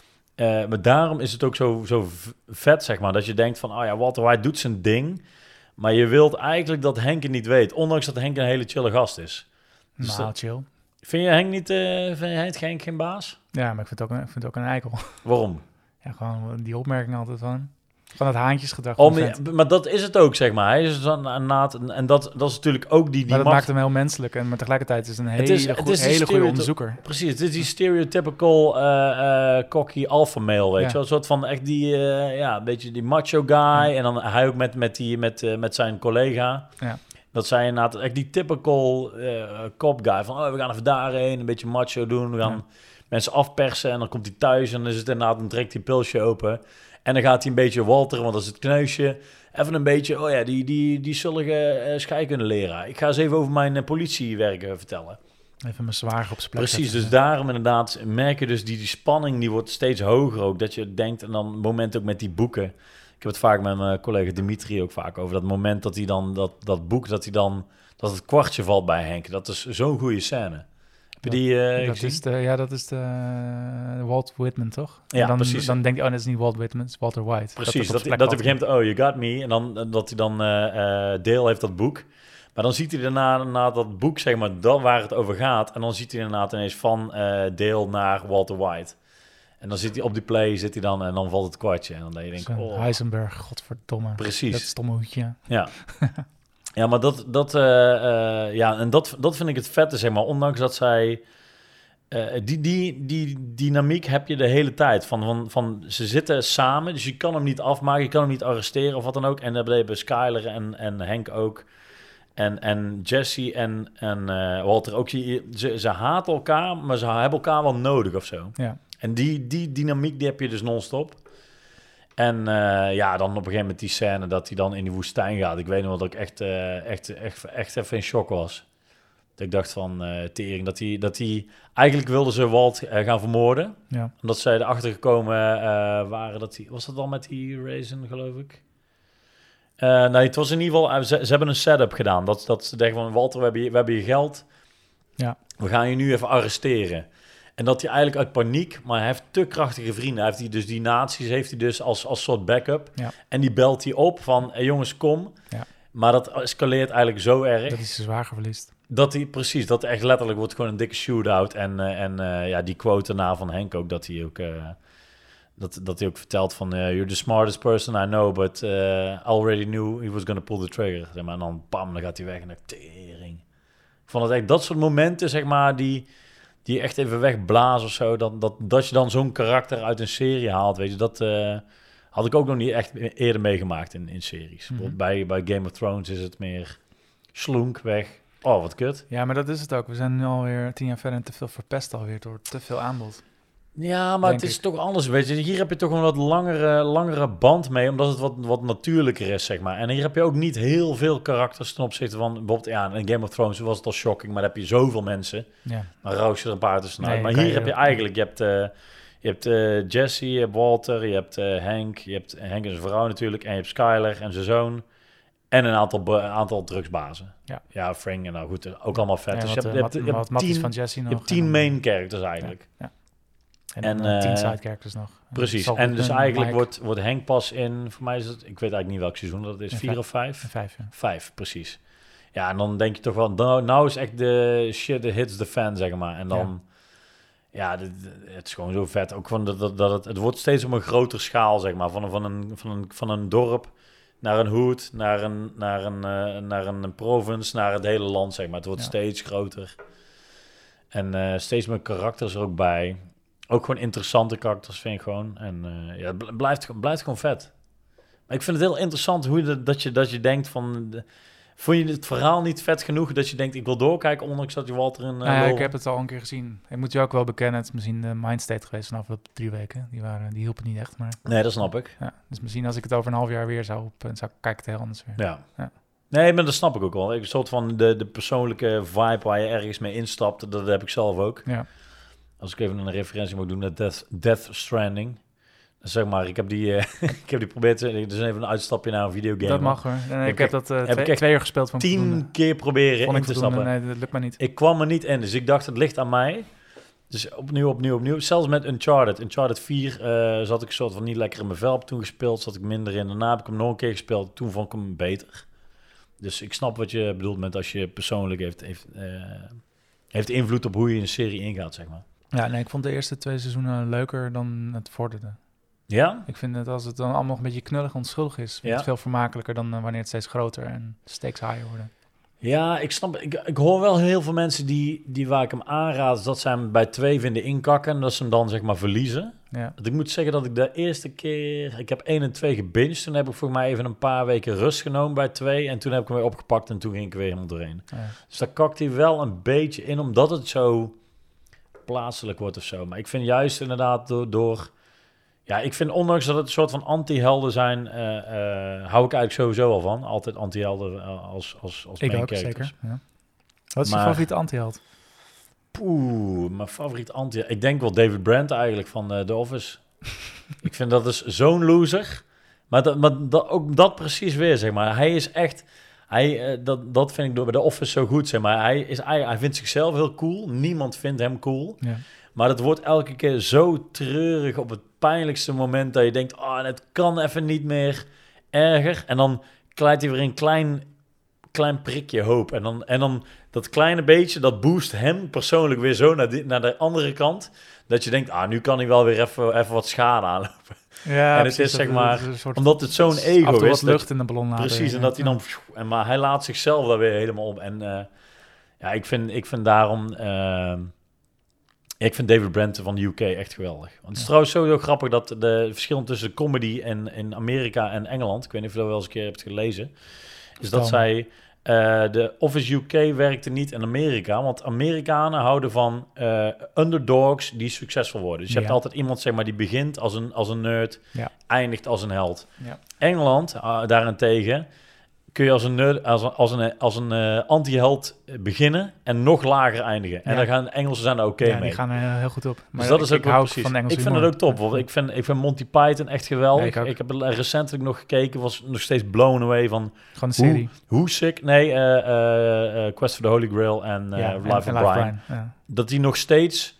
Uh, maar daarom is het ook zo, zo vet, zeg maar, dat je denkt van, oh ja, Walter White doet zijn ding. Maar je wilt eigenlijk dat Henk het niet weet, ondanks dat Henk een hele chille gast is. Dus nou, dat, chill. Vind je Henk niet, uh, vind je Henk geen baas? Ja, maar ik vind het ook een, ik vind het ook een eikel. Waarom? Ja, gewoon die opmerking altijd van... Van het haantjesgedrag. Oh, maar, maar dat is het ook, zeg maar. Hij is dan een naad, en dat, dat is natuurlijk ook die... die maar dat macht... maakt hem heel menselijk. En maar tegelijkertijd is het een hele, het is, goe- het is hele goede stereoty- onderzoeker. Precies, het is die stereotypical uh, uh, cocky alpha male, weet ja. je wel. Een soort van echt die, uh, ja, een beetje die macho guy. Ja. En dan hij ook met, met, die, met, uh, met zijn collega. Ja. Dat zijn inderdaad echt die typical uh, cop guy. Van, oh, we gaan even daarheen, een beetje macho doen. We gaan ja. mensen afpersen en dan komt hij thuis en dan is het inderdaad, dan trekt hij een pilsje open. En dan gaat hij een beetje walteren, want dat is het kneusje. Even een beetje, oh ja, die, die, die zullige uh, scheikunde leraar. Ik ga eens even over mijn uh, politiewerk uh, vertellen. Even mijn zwager op zijn plek Precies, zetten. dus daarom inderdaad merk je dus die, die spanning, die wordt steeds hoger ook. Dat je denkt, en dan het moment ook met die boeken. Ik heb het vaak met mijn collega Dimitri ook vaak over. Dat moment dat hij dan, dat, dat boek, dat hij dan, dat het kwartje valt bij Henk. Dat is zo'n goede scène. Heb je die uh, dat is de, ja, dat is de uh, Walt Whitman, toch? Ja, en dan, precies. Dan denk je, oh, dat is niet Walt Whitman, het is Walter White. Precies, dat, dat, dat hij begint, oh, you got me. En dan dat hij dan, uh, uh, Dale heeft dat boek. Maar dan ziet hij daarna, na dat boek, zeg maar, dat waar het over gaat. En dan ziet hij inderdaad ineens van uh, Dale naar Walter White. En dan zit hij op die play, zit hij dan en dan valt het kwartje. En dan denk je, denk, oh. Heisenberg, godverdomme. Precies. Dat stomme hoedje. Ja. Ja, maar dat, dat, uh, uh, ja, en dat, dat vind ik het vette, zeg maar. Ondanks dat zij... Uh, die, die, die dynamiek heb je de hele tijd. Van, van, van, ze zitten samen, dus je kan hem niet afmaken. Je kan hem niet arresteren of wat dan ook. En dat hebben Skyler en, en Henk ook. En, en Jesse en, en uh, Walter ook. Ze, ze haten elkaar, maar ze hebben elkaar wel nodig of zo. Ja. En die, die dynamiek die heb je dus non-stop. En uh, ja, dan op een gegeven moment die scène dat hij dan in die woestijn gaat. Ik weet nog dat ik echt, uh, echt, echt, echt even in shock was. Dat ik dacht van, uh, tering, dat hij, dat hij... Eigenlijk wilden ze Walt uh, gaan vermoorden. Ja. Omdat zij erachter gekomen uh, waren dat hij... Was dat dan met die Raisin, geloof ik? Uh, nee, het was in ieder geval... Uh, ze, ze hebben een setup gedaan. Dat, dat ze denken van, Walter, we hebben je, we hebben je geld. Ja. We gaan je nu even arresteren. En dat hij eigenlijk uit paniek... Maar hij heeft te krachtige vrienden. Hij heeft die, dus die nazi's heeft hij dus als, als soort backup. Ja. En die belt hij op van, hey, jongens, kom. Ja. Maar dat escaleert eigenlijk zo erg... Dat hij zijn zwager verliest. Dat hij, precies, dat echt letterlijk wordt gewoon een dikke shootout. En, uh, en uh, ja, die quote daarna van Henk ook, dat hij ook... Uh, Dat, dat hij ook vertelt van... Uh, you're the smartest person I know, but uh, already knew he was going to pull the trigger. Zeg maar, en dan bam, dan gaat hij weg en dan tering. Ik vond het echt dat soort momenten, zeg maar, die, die echt even wegblazen of zo. Dat, dat, dat je dan zo'n karakter uit een serie haalt, weet je, dat uh, had ik ook nog niet echt eerder meegemaakt in, in series. Mm-hmm. Bij, bij Game of Thrones is het meer slonk weg. Oh, wat kut. Ja, maar dat is het ook. We zijn nu alweer tien jaar verder en te veel verpest alweer door te veel aanbod. Ja, maar het is ik. toch anders, weet je. Hier heb je toch een wat langere, langere band mee, omdat het wat, wat natuurlijker is, zeg maar. En hier heb je ook niet heel veel karakters ten opzichte van... Bijvoorbeeld, ja, in Game of Thrones was het al shocking, maar dan heb je zoveel mensen. Ja. Dan roos je er een paar tussenuit. Nee, maar hier je heb je eigenlijk... Je hebt, uh, je hebt uh, Jesse, je hebt Walter, je hebt uh, Hank. Je hebt Hank en zijn vrouw natuurlijk. En je hebt Skyler en zijn zoon. En een aantal, be- aantal drugsbazen. Ja, ja Frank en nou goed, ook allemaal vet. Ja, dus wat, je hebt, uh, wat, je hebt, wat, je wat hebt tien, van Jesse nog. Je hebt tien main characters eigenlijk. Ja, ja. En, en uh, tien side characters nog. Precies. En, en dus eigenlijk wordt, wordt Hank pas in... Voor mij is het... Ik weet eigenlijk niet welk seizoen dat is. Ja, vier vijf, of vijf? Vijf, ja. Vijf, precies. Ja, en dan denk je toch wel... Nou, nou is echt de shit that hits the fan, zeg maar. En dan... Ja, ja dit, het is gewoon zo vet. Ook van dat, dat, dat het... Het wordt steeds op een grotere schaal, zeg maar. Van, van, een, van, een, van een dorp naar een hood, naar een, naar een, uh, naar een province, naar het hele land, zeg maar. Het wordt ja. steeds groter. En uh, steeds meer karakters er ook bij. Ook gewoon interessante karakters, vind ik gewoon. En uh, ja, het blijft, blijft gewoon vet. Maar ik vind het heel interessant hoe je, dat, je, dat je denkt van... De, vond je het verhaal niet vet genoeg dat je denkt, ik wil doorkijken, ondanks dat je Walter een... Uh, nou ja, ik heb het al een keer gezien. Ik moet je ook wel bekennen, het is misschien de mindstate geweest vanaf de drie weken. Die, waren, die hielpen niet echt, maar... Nee, dat snap ik. Ja, dus misschien als ik het over een half jaar weer zou, op, zou kijken, het heel anders weer. Ja. ja. Nee, maar dat snap ik ook wel. Een soort van de, de persoonlijke vibe waar je ergens mee instapt, dat heb ik zelf ook. Ja. Als ik even een referentie moet doen naar Death, Death Stranding. Zeg maar, ik heb die, uh, ik heb die geprobeerd. Dus even een uitstapje naar een videogame. Dat mag hoor. Nee, ik, ik heb dat uh, heb twee, ik twee uur gespeeld. Van tien voldoende. keer proberen vond in te stappen. Nee, dat lukt maar niet. Ik kwam er niet in, dus ik dacht het ligt aan mij. Dus opnieuw, opnieuw, opnieuw. Zelfs met Uncharted. Uncharted vier uh, zat ik een soort van niet lekker in mijn vel. Toen gespeeld, zat ik minder in. Daarna heb ik hem nog een keer gespeeld. Toen vond ik hem beter. Dus ik snap wat je bedoelt met als je persoonlijk heeft, heeft, uh, heeft invloed op hoe je een serie ingaat, zeg maar. Ja, nee, ik vond de eerste twee seizoenen leuker dan het vorderde. Ja? Ik vind het als het dan allemaal nog een beetje knullig onschuldig is, vind ja. het veel vermakelijker dan uh, wanneer het steeds groter en stakes higher worden. Ja, ik snap. Ik, ik hoor wel heel veel mensen die, die waar ik hem aanraad, dat ze hem bij twee vinden inkakken en dat ze hem dan zeg maar verliezen. Ja. Dat ik moet zeggen dat ik de eerste keer, ik heb één en twee gebinged, toen heb ik volgens mij even een paar weken rust genomen bij twee en toen heb ik hem weer opgepakt en toen ging ik weer helemaal doorheen. Ja. Dus daar kakt hij wel een beetje in, omdat het zo plaatselijk wordt of zo. Maar ik vind juist inderdaad door... door Ja, ik vind ondanks dat het een soort van anti-helden zijn, uh, uh, hou ik eigenlijk sowieso al van. Altijd anti-helden uh, als, als, als ik main ook, characters. Zeker, ja. Wat is maar, je favoriete anti-held? Poeh, mijn favoriete anti-held. Ik denk wel David Brent eigenlijk van uh, The Office. Ik vind dat is zo'n loser. Maar, dat, maar dat, ook dat precies weer, zeg maar. Hij is echt... Hij, uh, dat, dat vind ik door bij The Office zo goed, zeg maar. Hij, is, hij, hij vindt zichzelf heel cool. Niemand vindt hem cool. Ja. Maar het wordt elke keer zo treurig op het pijnlijkste moment dat je denkt, oh, het kan even niet meer erger. En dan klijt hij weer een klein, klein prikje hoop. En dan, en dan dat kleine beetje, dat boost hem persoonlijk weer zo naar, die, naar de andere kant, dat je denkt, ah, nu kan hij wel weer even, even wat schade aanlopen. Ja, en het is zeg maar, omdat het zo'n ego is. Wat lucht in de ballon laten. Precies, ja. en dat hij dan, en maar hij laat zichzelf daar weer helemaal op. En uh, ja, ik vind, ik vind daarom... Uh, Ik vind David Brent van de U K echt geweldig. Want het is ja. trouwens sowieso grappig dat de verschil tussen comedy en in Amerika en Engeland, ik weet niet of je dat wel eens een keer hebt gelezen, is dat zij, uh, de Office U K werkte niet in Amerika, want Amerikanen houden van uh, underdogs die succesvol worden. Dus je ja. hebt altijd iemand zeg maar die begint als een, als een nerd, ja. eindigt als een held. Ja. Engeland uh, daarentegen kun je als een, nerd, als een, als een, als een uh, anti-held beginnen en nog lager eindigen. Ja. En dan gaan Engelsen zijn er oké okay ja, mee. die gaan er heel goed op. Maar dus dat ik, is ook ik hou precies. Van Engels ik vind humor. het ook top. Want ik vind, ik vind Monty Python echt geweldig. Ja, ik, ik heb recentelijk nog gekeken, was nog steeds blown away van... Gewoon de serie. Hoe, hoe sick... Nee, uh, uh, uh, Quest for the Holy Grail en uh, ja, Life of Brian. Brian. Ja. Dat die nog steeds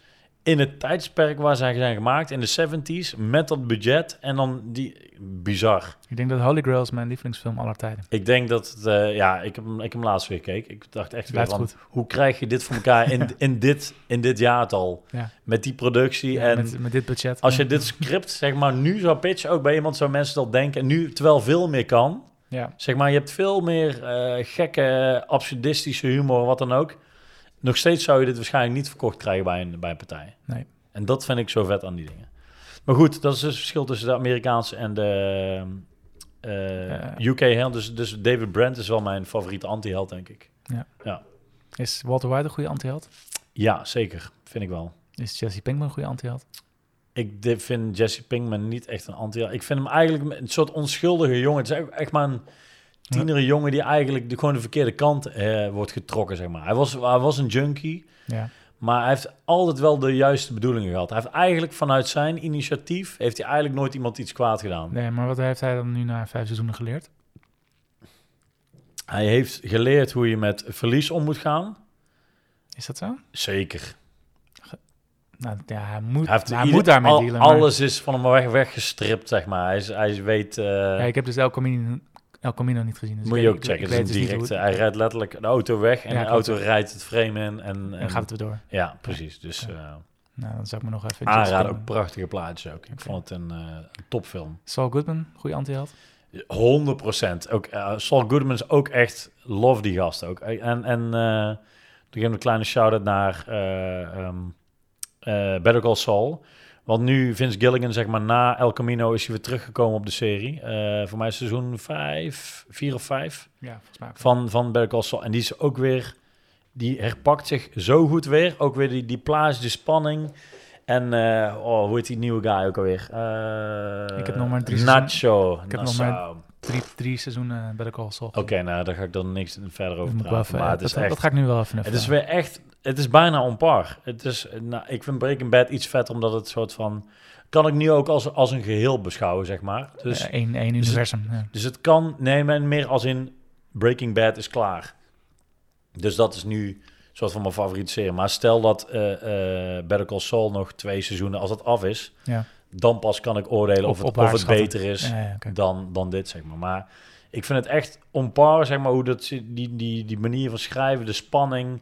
in het tijdsperk waar zij zijn gemaakt, in de zeventies, met dat budget en dan die... Bizar. Ik denk dat Holy Grail is mijn lievelingsfilm aller tijden. Ik denk dat het... Uh, ja, ik heb, ik heb hem laatst weer gekeken. Ik dacht echt weer van... Goed. Hoe krijg je dit voor elkaar in, in, dit, in dit jaartal? Ja. Met die productie ja, en... Met, met dit budget. Als ja. je dit script, zeg maar, nu zou pitchen, ook bij iemand, zou mensen dat denken. En nu, terwijl veel meer kan... Ja. Zeg maar, je hebt veel meer uh, gekke, absurdistische humor, wat dan ook. Nog steeds zou je dit waarschijnlijk niet verkocht krijgen bij een, bij een partij. Nee. En dat vind ik zo vet aan die dingen. Maar goed, dat is dus het verschil tussen de Amerikaanse en de uh, uh, U K-held. Dus, dus David Brent is wel mijn favoriete anti-held, denk ik. Ja. Ja. Is Walter White een goede anti-held? Ja, zeker. Vind ik wel. Is Jesse Pinkman een goede anti-held? Ik vind Jesse Pinkman niet echt een anti-held. Ik vind hem eigenlijk een soort onschuldige jongen. Het is echt maar een tienere ja. jongen die eigenlijk de, gewoon de verkeerde kant uh, wordt getrokken, zeg maar. Hij was, hij was een junkie. Ja. Maar hij heeft altijd wel de juiste bedoelingen gehad. Hij heeft eigenlijk vanuit zijn initiatief... heeft hij eigenlijk nooit iemand iets kwaad gedaan. Nee, maar wat heeft hij dan nu na vijf seizoenen geleerd? Hij heeft geleerd hoe je met verlies om moet gaan. Is dat zo? Zeker. Ge- nou ja, hij moet, hij, heeft hij ieder, moet daarmee al, dealen. Alles maar... is van hem weg, weggestript, zeg maar. Hij, is, hij weet... Uh, ja, ik heb dus El Camino, El Camino niet gezien. Dus moet je ook checken. Ik, ik het is een direct, dus hij rijdt letterlijk de auto weg... en ja, de auto rijdt het frame in. En, en, en gaat het weer door. Ja, precies. Dus... Ja. Uh, nou, dan zou ik me nog even... aanraden, ook prachtige plaatjes ook. Ik okay. vond het een, uh, een topfilm. Saul Goodman, goede anti-held? honderd procent. Ook, uh, Saul Goodman is ook echt... Love die gast ook. En... en uh, ik geef een kleine shout-out naar uh, um, uh, Better Call Saul. Want nu Vince Gilligan, zeg maar, na El Camino is hij weer teruggekomen op de serie. Uh, voor mij is seizoen vijf, vier of vijf. Ja, volgens mij. Van, van Better Call Saul. En die is ook weer... Die herpakt zich zo goed weer. Ook weer die, die plaats, de spanning. En, uh, oh, hoe heet die nieuwe guy ook alweer? Uh, ik heb nog maar drie Nacho. seizoenen. Ik heb Nassau. nog maar drie, drie seizoenen Better Call Saul. Oké, okay, nou, daar ga ik dan niks verder over praten. Even, maar het dat, is echt, dat ga ik nu wel even Het is weer echt... Het is bijna on par. Het is, nou, ik vind Breaking Bad iets vetter, omdat het soort van... Kan ik nu ook als, als een geheel beschouwen, zeg maar. Dus, ja, één, één dus universum. Het, ja. Dus het kan... Nee, maar meer als in... Breaking Bad is klaar. Dus dat is nu... een soort van mijn favoriete serie. Maar stel dat uh, uh, Better Call Saul nog twee seizoenen, als dat af is, ja. dan pas kan ik oordelen of, of, het, of het beter is ja, ja, okay. dan, dan dit, zeg maar. Maar ik vind het echt on par, zeg maar, hoe dat, die, die, die manier van schrijven, de spanning.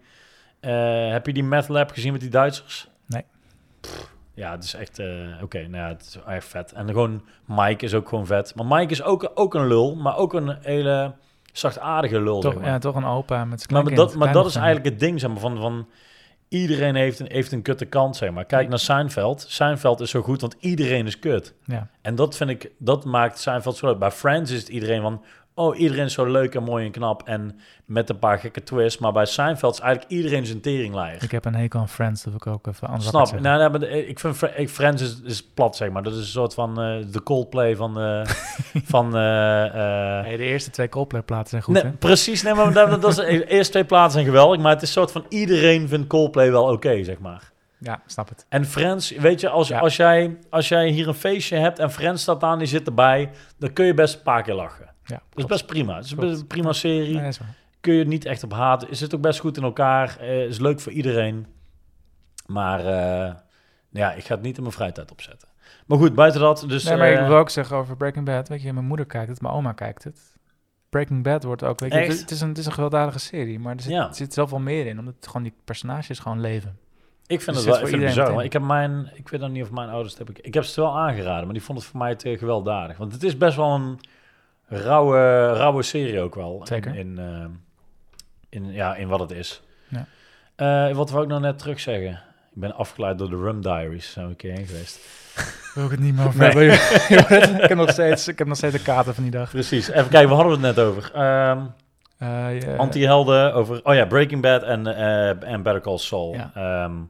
Uh, heb je die Meth Lab gezien met die Duitsers? Nee. Pff, ja, het is echt... Uh, Oké, okay, nou ja, het is echt vet. En gewoon Mike is ook gewoon vet. Maar Mike is ook, ook een lul, maar ook een hele... zachtaardige lul, toch, zeg maar. Ja, toch een opa met zijn Maar, dat, maar dat is eigenlijk het ding, zeg maar, van, van iedereen heeft een, heeft een kutte kant, zeg maar. Kijk naar Seinfeld. Seinfeld is zo goed, want iedereen is kut. Ja. En dat vind ik, dat maakt Seinfeld zo leuk. Bij Friends is het iedereen van, oh, iedereen is zo leuk en mooi en knap en met een paar gekke twists. Maar bij Seinfeld is eigenlijk iedereen zijn teringleier. Ik heb een hekel aan Friends, dat wil ik ook even anders Snap, nou, nou, maar ik vind ik, Friends is, is plat, zeg maar. Dat is een soort van uh, de Coldplay van... Uh, van uh, uh, hey, de eerste twee Coldplay-platen zijn goed, nee, hè? Precies, nee, maar dat, dat is, de eerste twee platen zijn geweldig, maar het is een soort van iedereen vindt Coldplay wel oké, okay, zeg maar. Ja, snap het. En Friends, weet je, als, ja. als, jij, als jij hier een feestje hebt en Friends staat aan, die zit erbij, dan kun je best een paar keer lachen. Ja, dat is best prima. Het is klopt. Een prima serie. Nee, is waar. Kun je het niet echt op haten. Is het ook best goed in elkaar. Uh, is leuk voor iedereen. Maar uh, ja, ik ga het niet in mijn vrijtijd opzetten. Maar goed, buiten dat... Dus, nee, maar uh, ik wil ook zeggen over Breaking Bad. Weet je, mijn moeder kijkt het, mijn oma kijkt het. Breaking Bad wordt ook... Weet je, het, het, is een, het is een gewelddadige serie, maar er zit, ja. er zit zoveel meer in. Omdat het gewoon die personages gewoon leven. Ik vind dus het wel ik vind het bizar. Maar ik heb mijn... Ik weet dan niet of mijn ouders... Heb ik, ik heb ze wel aangeraden, maar die vonden het voor mij te gewelddadig. Want het is best wel een rauwe, rauwe serie ook wel. Zeker. In, in, uh, in, ja, in wat het is. Ja. Uh, wat wou ik nou net terug zeggen? Ik ben afgeleid door de Rum Diaries. Zijn we een keer heen geweest. Wil ik het niet meer over hebben. Nee. ik, heb nog steeds, ik heb nog steeds de kater van die dag. Precies. Even kijken, we hadden het net over. Um, uh, yeah. Anti-helden, over... Oh ja, Breaking Bad en, uh, en Better Call Saul. Ja. Um,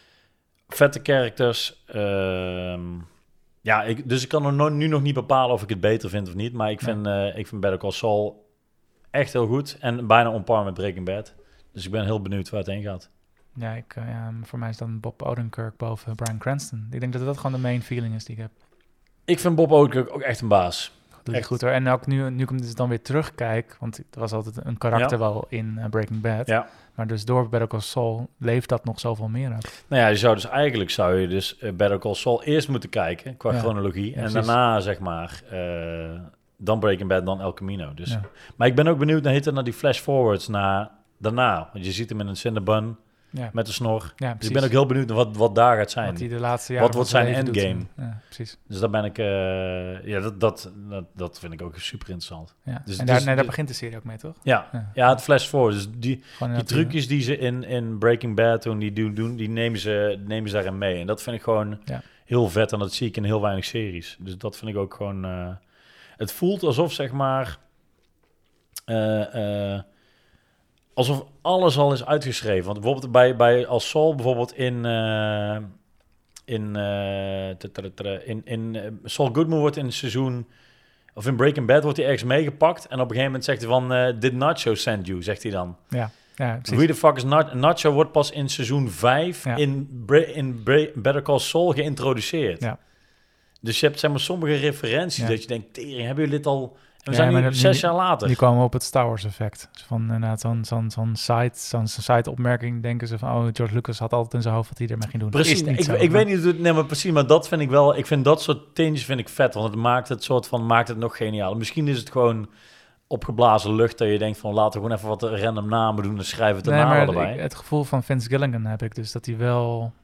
vette characters. Um, ja, ik, dus ik kan er no, nu nog niet bepalen of ik het beter vind of niet. Maar ik vind, ja. uh, ik vind Better Call Saul echt heel goed. En bijna on par met Breaking Bad. Dus ik ben heel benieuwd waar het heen gaat. Ja, ik, uh, ja, voor mij is dan Bob Odenkirk boven Bryan Cranston. Ik denk dat dat gewoon de main feeling is die ik heb. Ik vind Bob Odenkirk ook echt een baas. hij Echt. goed hoor. En ook nu, nu ik hem dus dan weer terugkijk, want er was altijd een karakter Ja. wel in uh, Breaking Bad. Ja. Maar dus door Better Call Saul leeft dat nog zoveel meer uit. Nou ja, je zou dus eigenlijk zou je dus uh, Better Call Saul eerst moeten kijken qua Ja. chronologie. Ja, en precies. daarna zeg maar, uh, dan Breaking Bad, dan El Camino. Dus. Ja. Maar ik ben ook benieuwd naar, naar die flash forwards naar daarna. Want je ziet hem in een Cinnabon Ja. met de snor. Ja, Dus ik ben ook heel benieuwd naar wat, wat daar gaat zijn. Wat hij de laatste jaren Wat wordt van zijn leven doet. endgame? Ja, precies. Dus daar ben ik, uh, ja, dat, dat, dat, dat vind ik ook super interessant. Ja. Dus- en daar, dus- nee, daar dus- begint de serie ook mee, toch? Ja, Ja. ja het flash forward. Dus die, Gewoon die inderdaad, trucjes die ze in, in Breaking Bad toen die doen, doen die nemen ze, nemen ze daarin mee. En dat vind ik gewoon Ja. heel vet. En dat zie ik in heel weinig series. Dus dat vind ik ook gewoon... Uh, het voelt alsof, zeg maar... Uh, uh, alsof alles al is uitgeschreven. Want bijvoorbeeld bij, bij als Saul bijvoorbeeld in... Uh, in, uh, in, in uh, Saul Goodman wordt in seizoen... Of in Breaking Bad wordt hij ergens meegepakt. En op een gegeven moment zegt hij van... Uh, Did Nacho send you? Zegt hij dan. Ja, ja precies. Wie de fuck is Nacho? Nacho wordt pas in seizoen vijf Ja. in, Bra- in Bra- Better Call Saul geïntroduceerd. Ja. Dus je hebt zeg maar sommige referenties Ja. dat je denkt... Tering, hebben jullie dit al... En we Ja, zijn maar nu dat- zes nu- jaar later. Die komen op het Star Wars effect. Dus van inderdaad zo'n zo'n zo'n side, zo'n side opmerking denken ze van... Oh, George Lucas had altijd in zijn hoofd wat hij ermee ging doen. Precies, Is niet ik, zo, ik maar- weet niet hoe het... Nee, maar precies, maar dat vind ik wel... Ik vind dat soort tinges vind ik vet, want het maakt het soort van... Maakt het nog geniaal. Misschien is het gewoon opgeblazen lucht dat je denkt van... Laten we gewoon even wat random namen doen en schrijven het Nee, erna maar allebei. ik- het gevoel van Vince Gilligan heb ik dus dat hij wel...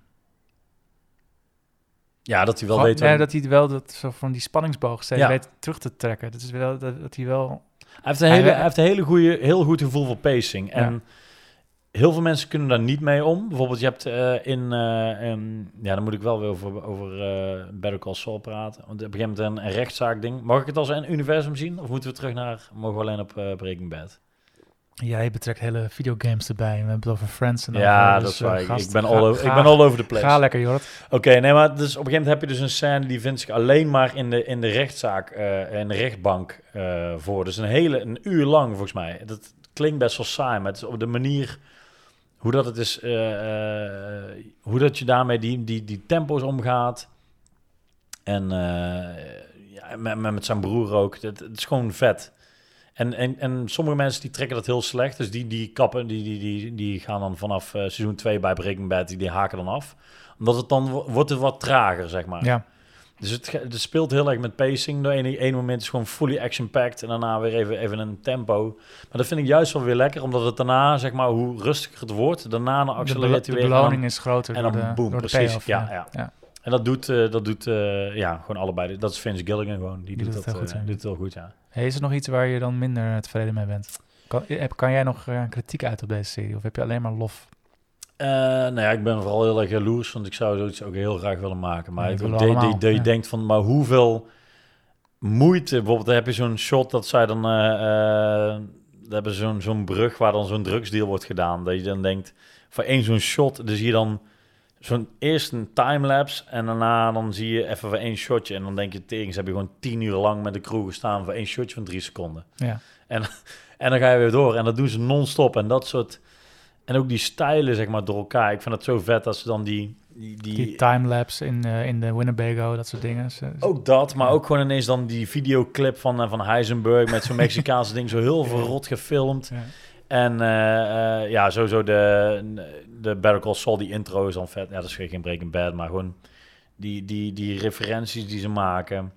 Ja, dat hij wel Gewoon- weet... nee, wat- dat hij wel dat, zo van die spanningsboog steeds Ja. weet terug te trekken. Dat is wel dat, dat hij wel... Hij heeft een, Hij- hele, hij heeft een hele goede, heel goed gevoel voor pacing. En Ja. heel veel mensen kunnen daar niet mee om. Bijvoorbeeld, je hebt uh, in, uh, in... Ja, dan moet ik wel weer over, over uh, Better Call Saul praten. Want op een gegeven moment een, een rechtszaak ding. Mag ik het als een universum zien? Of moeten we terug naar... Mogen we alleen op uh, Breaking Bad? Jij betrekt hele videogames erbij. We hebben het over Friends en Ja, over, dat dus, is waar. uh, Ik- gast, ik, ben ga- all over, ga- ik ben all over the place. Ga lekker, Jorrit. Oké, nee, maar dus op een gegeven moment heb je dus een scène... die vindt zich alleen maar in de, in de rechtszaak... Uh, in de rechtbank uh, voor. Dus een hele... Een uur lang, volgens mij. Dat klinkt best wel saai, maar het is op de manier... Hoe dat het is, uh, uh, hoe dat je daarmee die, die, die tempo's omgaat. En uh, ja, met, met, met zijn broer ook. Het, het is gewoon vet. En, en, en sommige mensen die trekken dat heel slecht. Dus die, die kappen, die, die, die, die gaan dan vanaf uh, seizoen twee bij Breaking Bad, die, die haken dan af. Omdat het dan wo- wordt het wat trager, zeg maar. Ja. Dus het, ge- het speelt heel erg met pacing. De ene, ene moment is gewoon fully action-packed en daarna weer even, even een tempo. Maar dat vind ik juist wel weer lekker, omdat het daarna, zeg maar, hoe rustiger het wordt, daarna dan De, accelereert belo- hij de weer. beloning en is groter dan, door en dan de, boom, door de precies. payoff. Ja, Ja, ja. ja. En dat doet, uh, dat doet uh, ja, gewoon allebei. Dat is Vince Gilligan gewoon. Die, Die doet doet het dat heel goed, uh, ja. doet het heel goed, ja. Hey, is er nog iets waar je dan minder tevreden mee bent? Kan, heb- kan jij nog uh, kritiek uit op deze serie? Of heb je alleen maar lof? Uh, nou ja, ik ben vooral heel erg jaloers, want ik zou zoiets ook heel graag willen maken. Maar Ja, ik, dat dat willen we je allemaal, ja. denkt van, maar hoeveel moeite, bijvoorbeeld dan heb je zo'n shot dat zij dan, uh, uh, dan hebben ze zo'n zo'n brug waar dan zo'n drugsdeal wordt gedaan. Dat je dan denkt, voor één zo'n shot, dus zie je dan zo'n eerst een timelapse en daarna dan zie je even voor één shotje. En dan denk je, tering, ze hebben gewoon tien uur lang met de crew gestaan voor één shotje van drie seconden. Ja. En, en dan ga je weer door. En dat doen ze non-stop. En dat soort... En ook die stijlen, zeg maar, door elkaar. Ik vind het zo vet als ze dan die... Die, die, Die timelapse in, uh, in de Winnebago, dat soort dingen. Ze- ze- ook dat, maar Ja. ook gewoon ineens dan die videoclip van, uh, van Heisenberg... met zo'n Mexicaanse ding, zo heel verrot gefilmd. Ja. En uh, uh, ja, sowieso de, de Better Call Saul, die intro is dan vet. Ja, dat is geen Breaking Bad, maar gewoon die, die, die referenties die ze maken...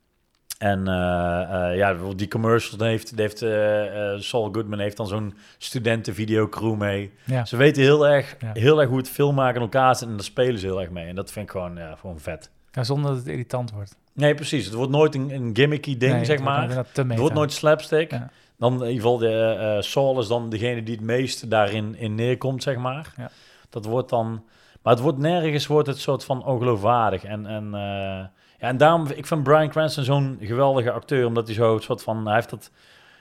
En uh, uh, ja, die commercials dan heeft, heeft uh, uh, Saul Goodman heeft dan zo'n studentenvideocrew mee. Ja. Ze weten heel erg, Ja. heel erg hoe het filmmaken in elkaar zit en daar spelen ze heel erg mee. En dat vind ik gewoon, ja, gewoon vet. Ja, zonder dat het irritant wordt. Nee, precies. Het wordt nooit een, een gimmicky ding, Nee, zeg het wordt maar. inderdaad te Het meta. wordt nooit slapstick. Ja. Dan in ieder geval, de, uh, Saul is dan degene die het meest daarin in neerkomt, zeg maar. Ja. Dat wordt dan... Maar het wordt nergens wordt het soort van ongeloofwaardig. En, en, uh, ja, en daarom, ik vind Bryan Cranston zo'n geweldige acteur, omdat hij zo het soort van... Hij heeft dat...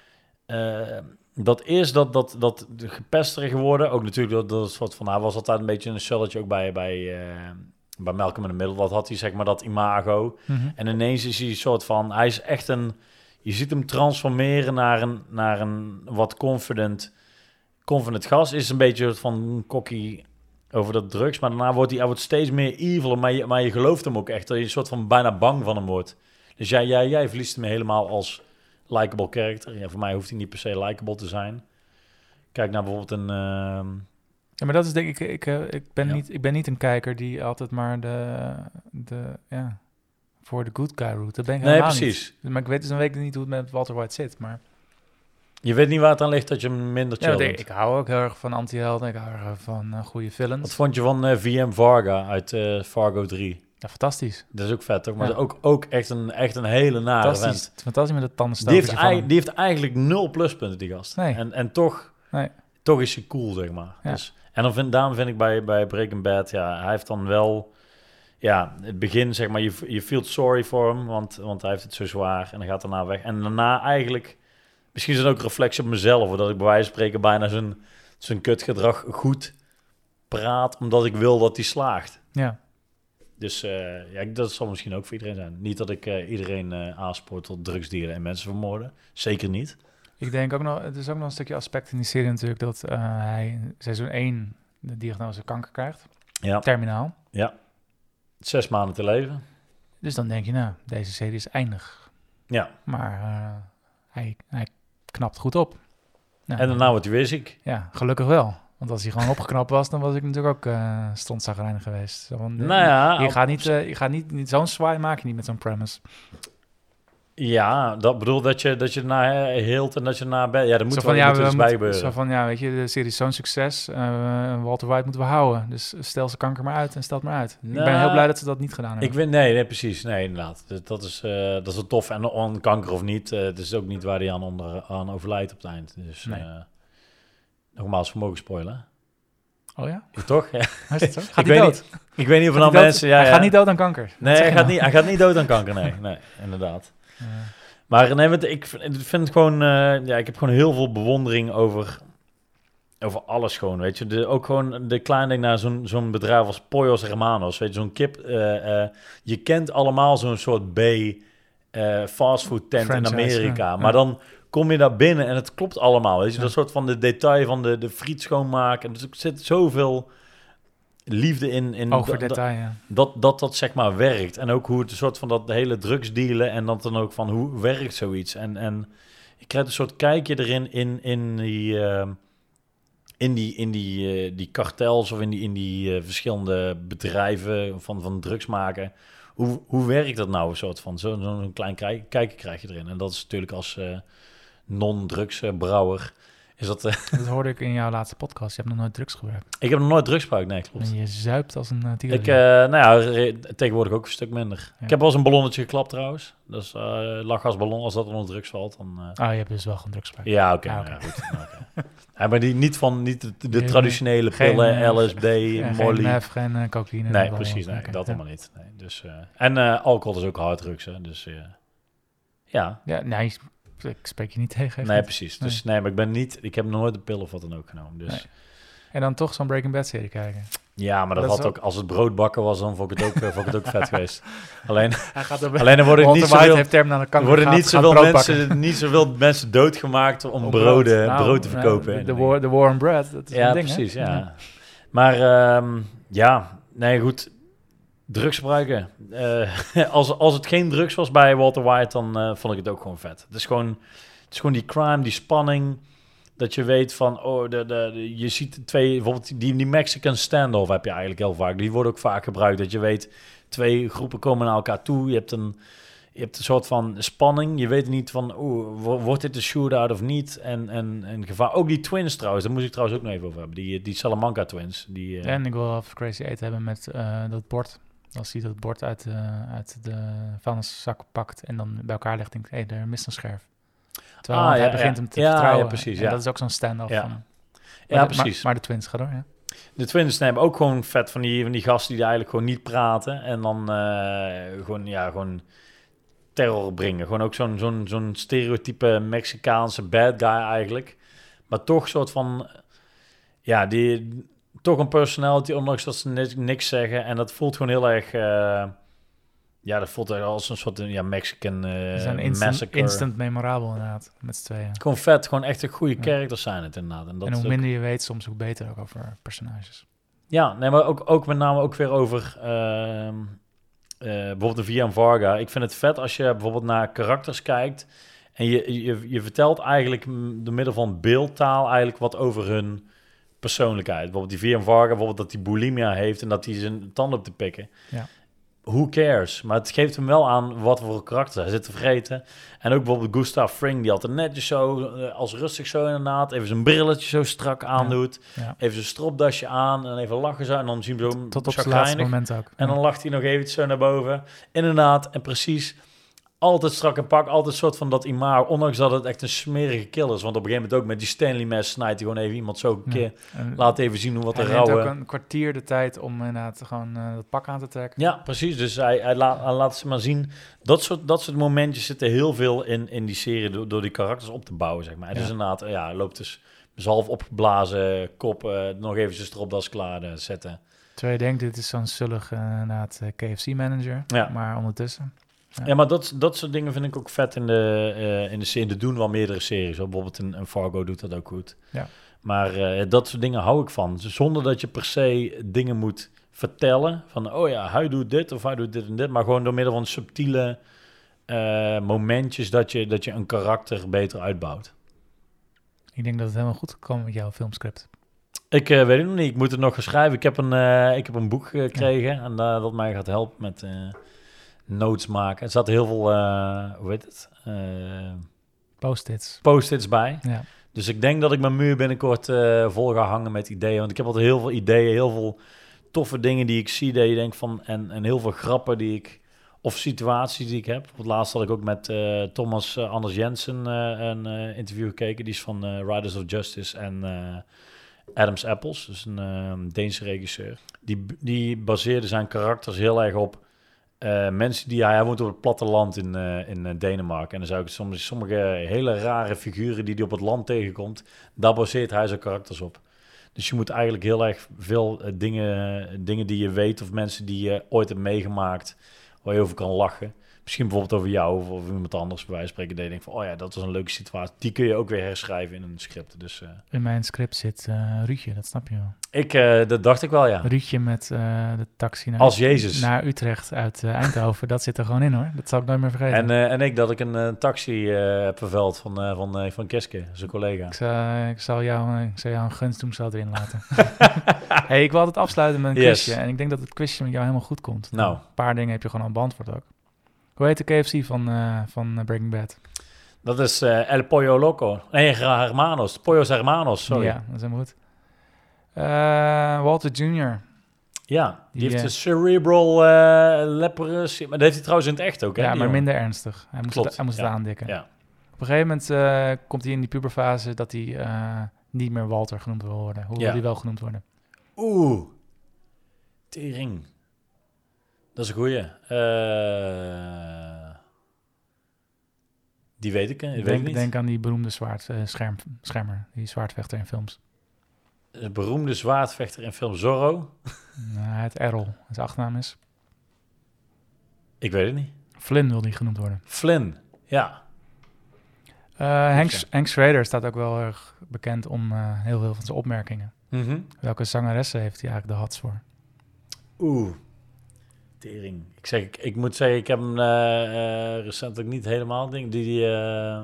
Uh, dat is dat, dat, dat gepester geworden. Ook natuurlijk dat, dat soort van... Hij was altijd een beetje een sulletje ook bij... bij uh, bij Malcolm in the Middle, wat had hij, zeg maar, dat imago. Mm-hmm. En ineens is hij een soort van... Hij is echt een... Je ziet hem transformeren naar een, naar een wat confident... Confident gast. Is een beetje van cocky over dat drugs. Maar daarna wordt hij, hij wordt steeds meer evil. Maar je, maar je gelooft hem ook echt. Dat je een soort van bijna bang van hem wordt. Dus jij, jij, jij verliest hem helemaal als likable character. Ja, voor mij hoeft hij niet per se likable te zijn. Kijk naar bijvoorbeeld een... Uh... Ja, maar dat is denk ik... Ik, ik, ik, ben, ja. niet, ik ben niet een kijker die altijd maar de... de ja, voor de good guy route. Dat ben ik nee, precies. Niet. Maar ik weet dus een week niet hoe het met Walter White zit, maar... Je weet niet waar het aan ligt dat je hem minder chill ja, ik, ik hou ook heel erg van anti-helden. Ik hou erg van uh, goede villains. Wat vond je van uh, V M Varga uit uh, Fargo drie? Ja, fantastisch. Dat is ook vet, toch? Maar ja. dat is ook, ook echt, een, echt een hele nare fantastisch. vent. Fantastisch met het tandenstootje. Die heeft, die heeft eigenlijk nul pluspunten, die gast. Nee. En, en toch, nee. toch is hij cool, zeg maar. Ja. Dus, en dan vind, daarom vind ik bij, bij Breaking Bad, ja, hij heeft dan wel... Ja, het begin, zeg maar, je, je feelt sorry voor hem, want, want hij heeft het zo zwaar. En dan gaat daarna weg. En daarna eigenlijk... Misschien is het ook een reflectie op mezelf, dat ik bij wijze van spreken bijna zijn, zijn kutgedrag goed praat, omdat ik wil dat hij slaagt. Ja. Dus uh, ja, dat zal misschien ook voor iedereen zijn. Niet dat ik uh, iedereen uh, aanspoor tot drugsdieren en mensen vermoorden. Zeker niet. Ik denk ook nog, het is ook nog een stukje aspect in die serie natuurlijk, dat uh, hij in seizoen één de diagnose kanker krijgt. Ja. Terminaal. Ja. Zes maanden te leven. Dus dan denk je, nou, deze serie is eindig. Ja. Maar uh, hij, hij knapt goed op. Nou, en daarna wordt hij weer ziek. Ja, gelukkig wel. Want als hij gewoon opgeknapt was, dan was ik natuurlijk ook uh, stondzagrijnig geweest. Zo van, nou ja, je gaat niet, uh, je gaat niet, niet zo'n zwaai maak je niet met zo'n premise. Ja, dat bedoel dat je dat je na heelt en dat je na bed. Ja, dat moet zo wel van, ja, dus bij gebeuren. Zo van, ja, weet je, de serie is zo'n succes. Uh, Walter White moeten we houden. Dus stel ze kanker maar uit en stel het maar uit. Nou, ik ben heel blij dat ze dat niet gedaan hebben. Ik weet, nee, nee, precies. Nee, inderdaad. Dat, dat is, uh, dat is wel tof. En on kanker of niet, uh, het is ook niet waar hij aan, onder, aan overlijdt op het eind. Dus nee. uh, nogmaals, we mogen spoilen. Oh ja? Ja, toch? Ja. Is het zo? Gaat hij hij dood? Niet, ik weet niet of er dan mensen... Ja, hij ja. gaat niet dood aan kanker. Nee, hij gaat, niet, hij gaat niet dood aan kanker, nee. Nee, inderdaad. Ja. Maar nee, want ik vind het gewoon... Uh, ja, ik heb gewoon heel veel bewondering over... Over alles gewoon, weet je. De, ook gewoon de kleine ding naar zo'n zo'n bedrijf als Pollos Hermanos. Weet je, zo'n kip... Uh, uh, je kent allemaal zo'n soort B... Uh, fastfood tent Franchise, in Amerika. Ja, maar ja. dan kom je daar binnen en het klopt allemaal. Weet je, ja. dat soort van de detail van de, de friet schoonmaken. Dus er zit zoveel liefde in. in Oog voor detail, ja. Dat, dat dat zeg maar werkt. En ook hoe het een soort van dat hele drugsdealen en dat dan ook van hoe werkt zoiets. En, en je krijgt een soort kijkje erin in, in die... Uh, in die, in die, uh, die kartels of in die, in die uh, verschillende bedrijven van, van drugs maken. Hoe, hoe werkt dat nou, een soort van? Zo'n zo klein kijk, kijkje krijg je erin. En dat is natuurlijk als uh, non-drugsbrouwer. Is dat, uh, dat hoorde ik in jouw laatste podcast. Je hebt nog nooit drugs gebruikt. Ik heb nog nooit drugs gebruikt, nee, klopt. En je zuipt als een uh, tiger. Ik, uh, nou ja, re- tegenwoordig ook een stuk minder. Ja. Ik heb wel eens een ballonnetje geklapt trouwens. Dus uh, lachgasballon, als dat onder drugs valt, dan... Uh... Oh, je hebt dus wel gewoon drugs gebruikt. Ja, oké. Okay, ah, okay. ja, goed. Okay. Ja, maar die, niet van niet de, de traditionele geen, pillen, L S D, ja, Molly. Geen meth, geen uh, cocaïne. Nee, precies. Nee, okay, dat ja. allemaal niet. Nee, dus, uh, en uh, alcohol is ook harddrugs, hè. Dus uh, ja. Ja, nee, ik spreek je niet tegen. Nee, precies. Nee. Dus nee, maar ik ben niet... Ik heb nooit een pil of wat dan ook genomen, dus... Nee. En dan toch zo'n Breaking Bad serie kijken. Ja, maar dat, dat had ook... Als het brood bakken was, dan vond ik het ook, vond ik het ook vet geweest. Alleen... Hij gaat er, alleen er worden niet zoveel... heeft term aan de kanker worden gaat, niet zoveel mensen, niet zoveel mensen doodgemaakt om, om broden, nou, brood te verkopen. Nou, de, war, de war on bread, dat is ja, een ding, precies, hè? Ja, ja. Maar um, ja, nee, goed. Drugs gebruiken. Uh, als, als het geen drugs was bij Walter White, dan uh, vond ik het ook gewoon vet. Het is gewoon, het is gewoon die crime, die spanning... Dat je weet van, oh, de, de, de, je ziet twee, bijvoorbeeld die, die Mexican standoff heb je eigenlijk heel vaak. Die worden ook vaak gebruikt. Dat je weet, twee groepen komen naar elkaar toe. Je hebt een, je hebt een soort van spanning. Je weet niet van, oh, wordt dit een shootout of niet? En, en, en gevaar. Ook die twins trouwens, daar moest ik trouwens ook nog even over hebben. Die, die Salamanca twins. Die, uh... En ik wil even Crazy Eight hebben met uh, dat bord. Als hij dat bord uit, uh, uit de vuilniszak pakt en dan bij elkaar legt, denk ik, hé, hey, er mist een scherf. Terwijl ah, hij ja, begint ja. hem te ja, vertrouwen. Ja, precies, ja. En dat is ook zo'n stand-off ja. van... Maar ja, de, precies. Maar, maar de twins, ga door, ja. De twins nemen ook gewoon vet van die, van die gasten die eigenlijk gewoon niet praten. En dan uh, gewoon, ja, gewoon terror brengen. Gewoon ook zo'n, zo'n, zo'n stereotype Mexicaanse bad guy eigenlijk. Maar toch soort van... Ja, die... Toch een personality, ondanks dat ze niks zeggen. En dat voelt gewoon heel erg... Uh, Ja, dat voelt als een soort ja, Mexican uh, zijn instant, massacre. Instant memorabel inderdaad, met z'n tweeën. Gewoon vet, gewoon echt een goede ja. characters zijn het inderdaad. En, dat en hoe is minder ook... je weet, soms ook beter ook over personages. Ja, nee, maar ook, ook met name ook weer over... Uh, bijvoorbeeld een Via Varga. Ik vind het vet als je bijvoorbeeld naar karakters kijkt en je, je, je vertelt eigenlijk door middel van beeldtaal eigenlijk wat over hun persoonlijkheid. Bijvoorbeeld die Via Varga, bijvoorbeeld dat hij bulimia heeft en dat hij zijn tanden op te pikken. Ja. Who cares? Maar het geeft hem wel aan wat voor karakter hij zit te vreten. En ook bijvoorbeeld Gustav Fring, die altijd netjes zo, als rustig zo inderdaad, even zijn brilletje zo strak aandoet. Ja. Ja. Even zijn stropdasje aan en even lachen zo. En dan zien we zo tot op het laatste moment ook. En dan lacht hij nog even zo naar boven. Inderdaad, en precies, altijd strak in pak, altijd soort van dat imago, ondanks dat het echt een smerige kill is. Want op een gegeven moment ook met die Stanley mes snijdt hij gewoon even iemand zo een keer. Ja. Laat even zien hoe wat de rauwe... Hij neemt ook een kwartier de tijd om inderdaad gewoon uh, dat pak aan te trekken. Ja, precies. Dus hij, hij, laat, hij laat ze maar zien. Dat soort, dat soort momentjes zitten heel veel in, in die serie door, door die karakters op te bouwen, zeg maar. Ja. Dus inderdaad, ja, hij loopt dus half opgeblazen, kop, uh, nog even zijn stropdas klaar uh, zetten. Terwijl je denkt, dit is zo'n zullig uh, inderdaad K F C-manager, ja. maar ondertussen... Ja. ja, maar dat, dat soort dingen vind ik ook vet in de, uh, in de serie. Er doen wel meerdere series. Hoor. Bijvoorbeeld een, een Fargo doet dat ook goed. Ja. Maar uh, dat soort dingen hou ik van. Zonder dat je per se dingen moet vertellen. Van, oh ja, hij doet dit of hij doet dit en dit. Maar gewoon door middel van subtiele uh, momentjes dat je, dat je een karakter beter uitbouwt. Ik denk dat het helemaal goed komt met jouw filmscript. Ik uh, weet het nog niet. Ik moet het nog gaan schrijven. Ik heb een, uh, ik heb een boek gekregen. Ja. En uh, dat mij gaat helpen met... Uh, notes maken. Er zaten heel veel, uh, hoe heet het? Uh, post-its. Post-its bij. Ja. Dus ik denk dat ik mijn muur binnenkort uh, vol ga hangen met ideeën. Want ik heb altijd heel veel ideeën, heel veel toffe dingen die ik zie, dat je denkt van, en, en heel veel grappen die ik, of situaties die ik heb. Op het laatst had ik ook met uh, Thomas uh, Anders Jensen uh, een uh, interview gekeken. Die is van uh, Riders of Justice en uh, Adam's Apples. Dus een uh, Deense regisseur. Die, die baseerde zijn karakters heel erg op Uh, mensen die, ja, hij woont op het platteland in, uh, in uh, Denemarken. En dan zou ik soms sommige hele rare figuren die hij op het land tegenkomt, daar baseert hij zijn karakters op. Dus je moet eigenlijk heel erg veel uh, dingen, uh, dingen die je weet of mensen die je ooit hebt meegemaakt, waar je over kan lachen. Misschien bijvoorbeeld over jou of over iemand anders, bij wijze van spreken, dat je denkt van, oh ja, dat was een leuke situatie. Die kun je ook weer herschrijven in een script. Dus, uh... in mijn script zit uh, Ruudje, dat snap je wel. Ik, uh, dat dacht ik wel, ja. Ruudje met uh, de taxi naar, als Jezus. naar Utrecht uit uh, Eindhoven, dat zit er gewoon in hoor. Dat zal ik nooit meer vergeten. En, uh, en ik dat ik een uh, taxi uh, heb verveld van, uh, van, uh, van Keske, zijn collega. Ik, zal, ik, zal jou, ik zal jou een gunst doen, zal erin laten. Hey, ik wil altijd afsluiten met een yes. quizje. En ik denk dat het quizje met jou helemaal goed komt. Nou. Een paar dingen heb je gewoon al beantwoord ook. Hoe heet de K F C van, uh, van Breaking Bad? Dat is uh, El Pollo Loco. Nee, Hermanos. Pollos Hermanos, sorry. Ja, dat is helemaal goed. Uh, Walter junior Ja, die, die heeft uh, een cerebral uh, leprosy. Maar dat heeft hij trouwens in het echt ook, hè? Ja, maar jongen. minder ernstig. Hij moest, het, hij moest ja. het aandikken. Ja. Op een gegeven moment uh, komt hij in die puberfase dat hij uh, niet meer Walter genoemd wil worden. Hoe ja. wil hij wel genoemd worden? Oeh. Tering. Dat is een goeie. Uh, die weet ik, weet denk, ik niet. Denk aan die beroemde zwaard, uh, scherm, schermer, die zwaardvechter in films. De beroemde zwaardvechter in film Zorro? Nou, het Errol, zijn achternaam is. Ik weet het niet. Flynn wil die genoemd worden. Flynn, ja. Uh, Hank, Hank Schrader staat ook wel erg bekend om uh, heel veel van zijn opmerkingen. Mm-hmm. Welke zangeressen heeft hij eigenlijk de hats voor? Oeh. Tering. Ik, zeg, ik, ik moet zeggen, ik heb hem uh, uh, recentelijk niet helemaal ding. Die, die, uh...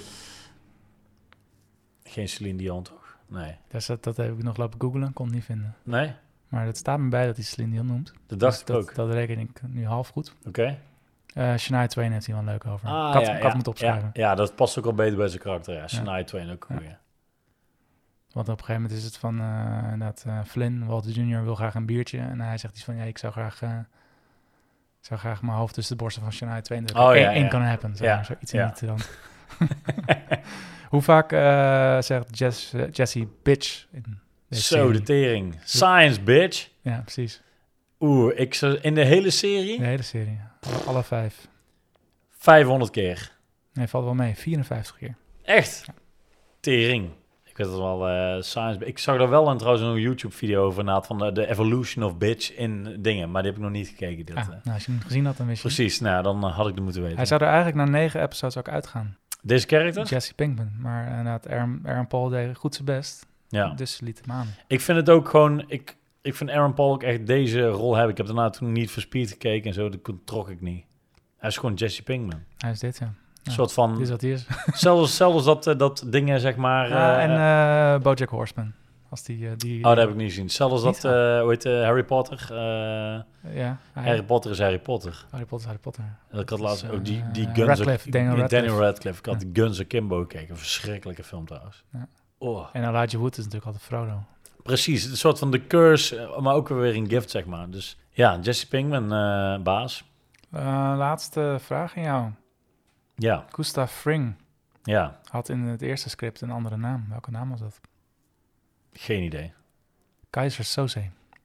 Geen Celine Dion, toch? Nee. Dat, dat, dat heb ik nog lopen googlen, kon het niet vinden. Nee? Maar het staat me bij dat hij Celine Dion noemt. Dat dacht dus ik dat, ook. Dat reken ik nu half goed. Oké. Okay. Uh, Shania Twain heeft hij wel leuk over. Ah, ik had, ja, ik had ja, moet opschrijven. Ja, ja, dat past ook wel beter bij zijn karakter. Ja, Shania ja. Twain ook goed, ja. ja. Want op een gegeven moment is het van uh, dat uh, Flynn, Walter junior wil graag een biertje. En hij zegt iets van, ja, ik zou graag... Uh, zou graag mijn hoofd tussen de borsten van Shania Twain drukken. Oh, ja, Eén ja. kan happen. Zeg ja. maar, zoiets ja. in die trant. Hoe vaak uh, zegt Jess, uh, Jesse bitch in deze Zo, serie? de tering. Science, bitch. Ja, precies. Oeh, ik zou in de hele serie? De hele serie. Alle, alle vijf. vijfhonderd keer. Nee, valt wel mee. vierenvijftig keer. Echt? Ja. Tering. Ik weet het wel, uh, science. Ik zag er wel een, trouwens een YouTube-video over na van de, de evolution of bitch in dingen, maar die heb ik nog niet gekeken. Dat, ah, uh. nou, als je hem gezien had, dan wist je. Precies, nou, dan uh, had ik het moeten weten. Hij zou er eigenlijk na negen episodes ook uitgaan. Deze character? Jesse Pinkman. Maar inderdaad, Aaron, Aaron Paul deed goed zijn best. Ja. Dus ze liet hem aan. Ik vind het ook gewoon, ik, ik vind Aaron Paul ook echt deze rol hebben. Ik heb daarna toen niet voor Speed gekeken en zo, dat trok ik niet. Hij is gewoon Jesse Pinkman. Hij is dit, ja. Een soort van... Dit is wat hij is. Zelfs, zelfs dat, uh, dat dingen, zeg maar... Ja, uh, en uh, BoJack Horseman. Als die, uh, die, oh, dat heb ik niet gezien. Zelfs dat, niet? uh, hoe heet uh, Harry Potter? Uh, ja, hij, Harry Potter is Harry Potter. Harry Potter, Harry Potter. En ik had laatst is, ook die, die uh, Guns... Radcliffe, Daniel Radcliffe. Daniel Radcliffe. Ik had Ja. die Guns Akimbo gekeken. Een verschrikkelijke film trouwens. Ja. Oh. En Elijah Wood is natuurlijk altijd Frodo. Precies, een soort van de curse, maar ook weer een gift, zeg maar. Dus ja, Jesse Pinkman, uh, baas. Uh, laatste vraag aan jou. Ja. Gustav Fring Ja. had in het eerste script een andere naam. Welke naam was dat? Geen idee. Kaiser Soze.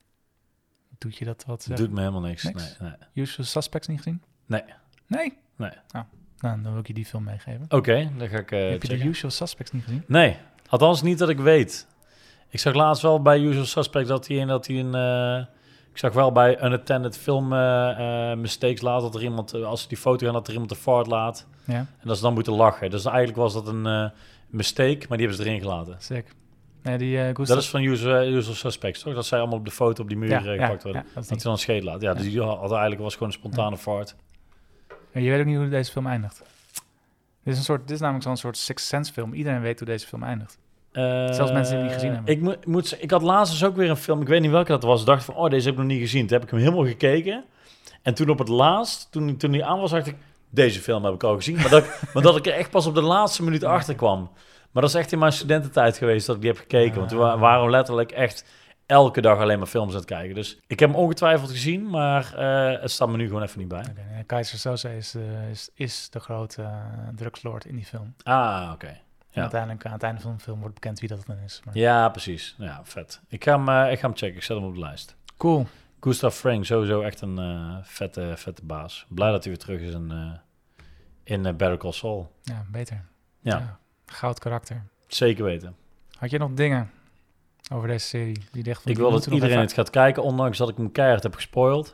Doet je dat wat? Doet me helemaal niks. Niks? Nee, nee. Usual Suspects niet gezien? Nee. Nee? Nee. Oh, nou, dan wil ik je die film meegeven. Oké, okay, dan ga ik uh, Heb je checken. de Usual Suspects niet gezien? Nee, althans niet dat ik weet. Ik zag laatst wel bij Usual Suspect dat hij dat hij een... Uh, ik zag wel bij unattended film uh, uh, mistakes laat dat er iemand, uh, als ze die foto gaan, dat er iemand de fart laat. Ja. En dat ze dan moeten lachen. Dus eigenlijk was dat een uh, mistake, maar die hebben ze erin gelaten. Sick. Nee, die, uh, Gustav... Dat is van Usual, Usual Suspects, toch? Dat zij allemaal op de foto op die muur ja, uh, ja, gepakt worden. Ja, dat, dat ze dan scheet laat. Ja, ja. Dus die had eigenlijk was gewoon een spontane ja. fart. En je weet ook niet hoe deze film eindigt. Dit is, een soort, dit is namelijk zo'n soort Sixth Sense film. Iedereen weet hoe deze film eindigt. Uh, Zelfs mensen die hem niet gezien hebben. Ik, mo- moet, ik had laatst dus ook weer een film, ik weet niet welke dat was. Ik dacht van, oh, deze heb ik nog niet gezien. Toen heb ik hem helemaal gekeken. En toen op het laatst, toen, toen die aan was, dacht ik, deze film heb ik al gezien. Maar dat, ik, maar dat ik er echt pas op de laatste minuut achter kwam. Maar dat is echt in mijn studententijd geweest dat ik die heb gekeken. Want we wa- waren we letterlijk echt elke dag alleen maar films aan het kijken. Dus ik heb hem ongetwijfeld gezien, maar uh, het staat me nu gewoon even niet bij. Okay, nee, Kaiser Soze is, uh, is, is de grote uh, drugslord in die film. Ah, oké. Okay. Ja. Ja. Uiteindelijk aan het einde van de film wordt bekend wie dat dan is. Maar... Ja, precies. Ja, vet. Ik ga, hem, uh, ik ga hem checken. Ik zet hem op de lijst. Cool. Gustav Fring, sowieso echt een uh, vette, vette baas. Blij dat hij weer terug is in, uh, in uh, Better Call Saul. Ja, beter. Ja. ja. Goud karakter. Zeker weten. Had je nog dingen over deze serie? Die dacht van, ik wil dat iedereen het gaat kijken, ondanks dat ik hem keihard heb gespoild.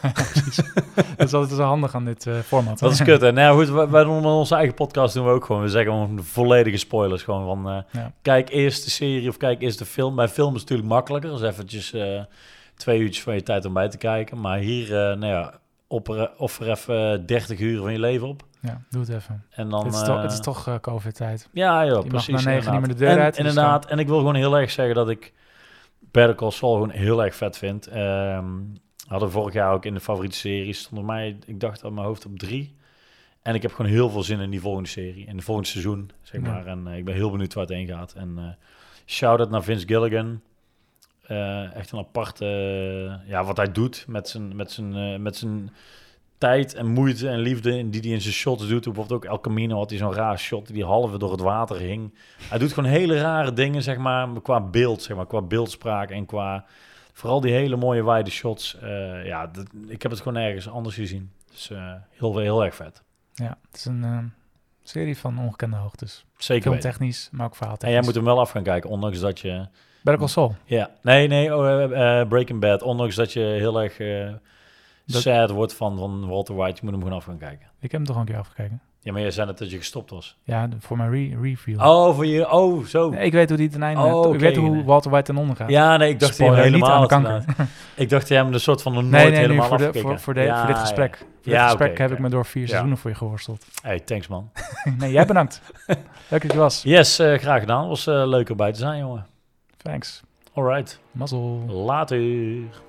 Dat is altijd zo handig aan dit uh, format. Dat is kut, hè? Nou goed, wij, wij doen onze eigen podcast doen we ook gewoon. We zeggen gewoon volledige spoilers. Gewoon van, uh, ja. Kijk eerst de serie of kijk eerst de film. Bij film is het natuurlijk makkelijker. Dus eventjes uh, twee uurtjes van je tijd om bij te kijken. Maar hier, uh, nou ja, offer, offer even dertig uur van je leven op. Ja, doe het even. En dan, het, is uh, toch, het is toch uh, COVID-tijd. Ja, joh, je precies. mag na negen niet meer de deur en, uit. En inderdaad, en ik wil gewoon heel erg zeggen dat ik Better Call Saul gewoon heel erg vet vind. Um, hadden vorig jaar ook in de favoriete series. Stond bij mij, ik dacht aan mijn hoofd op drie. En ik heb gewoon heel veel zin in die volgende serie. In de volgende seizoen, zeg maar. Ja. En uh, ik ben heel benieuwd waar het heen gaat. En uh, shout-out naar Vince Gilligan. Uh, echt een aparte... Uh, ja, wat hij doet met zijn... Met zijn, uh, met zijn tijd en moeite en liefde die hij in zijn shots doet. Bijvoorbeeld ook El Camino had hij zo'n raar shot die halve door het water hing. Hij doet gewoon hele rare dingen, zeg maar, qua beeld, zeg maar, qua beeldspraak en qua... Vooral die hele mooie wijde shots. Uh, ja, dat, ik heb het gewoon ergens anders gezien. Dus uh, heel, heel erg vet. Ja, het is een uh, serie van ongekende hoogtes. Zeker filmtechnisch, maar ook verhaaltechnisch. En jij moet hem wel af gaan kijken, ondanks dat je... Better Call Saul? Ja, nee, nee, oh, uh, uh, Breaking Bad. Ondanks dat je heel erg... Uh, Dat... sad wordt van, van Walter White. Je moet hem gewoon af gaan kijken. Ik heb hem toch een keer afgekeken. Ja, maar jij zei net dat je gestopt was. Ja, voor mijn re- review. Oh, voor je... Oh, zo. Nee, ik weet hoe die ten einde... Oh, ik okay, weet hoe nee. Walter White ten onder gaat. Ja, nee, ik dacht Spoiler, hij helemaal niet aan de kanker. Ik dacht jij hem een soort van nog nooit nee, nee, helemaal voor, de, afgekeken. voor, voor, de, ja, voor dit gesprek. Ja. Voor ja, dit gesprek okay, heb okay. ik me door vier ja. seizoenen voor je geworsteld. Hey, thanks man. Nee, jij bedankt. Leuk dat je was. Yes, uh, graag gedaan. Was uh, leuk erbij te zijn, jongen. Thanks. Alright. Mazzel. Later.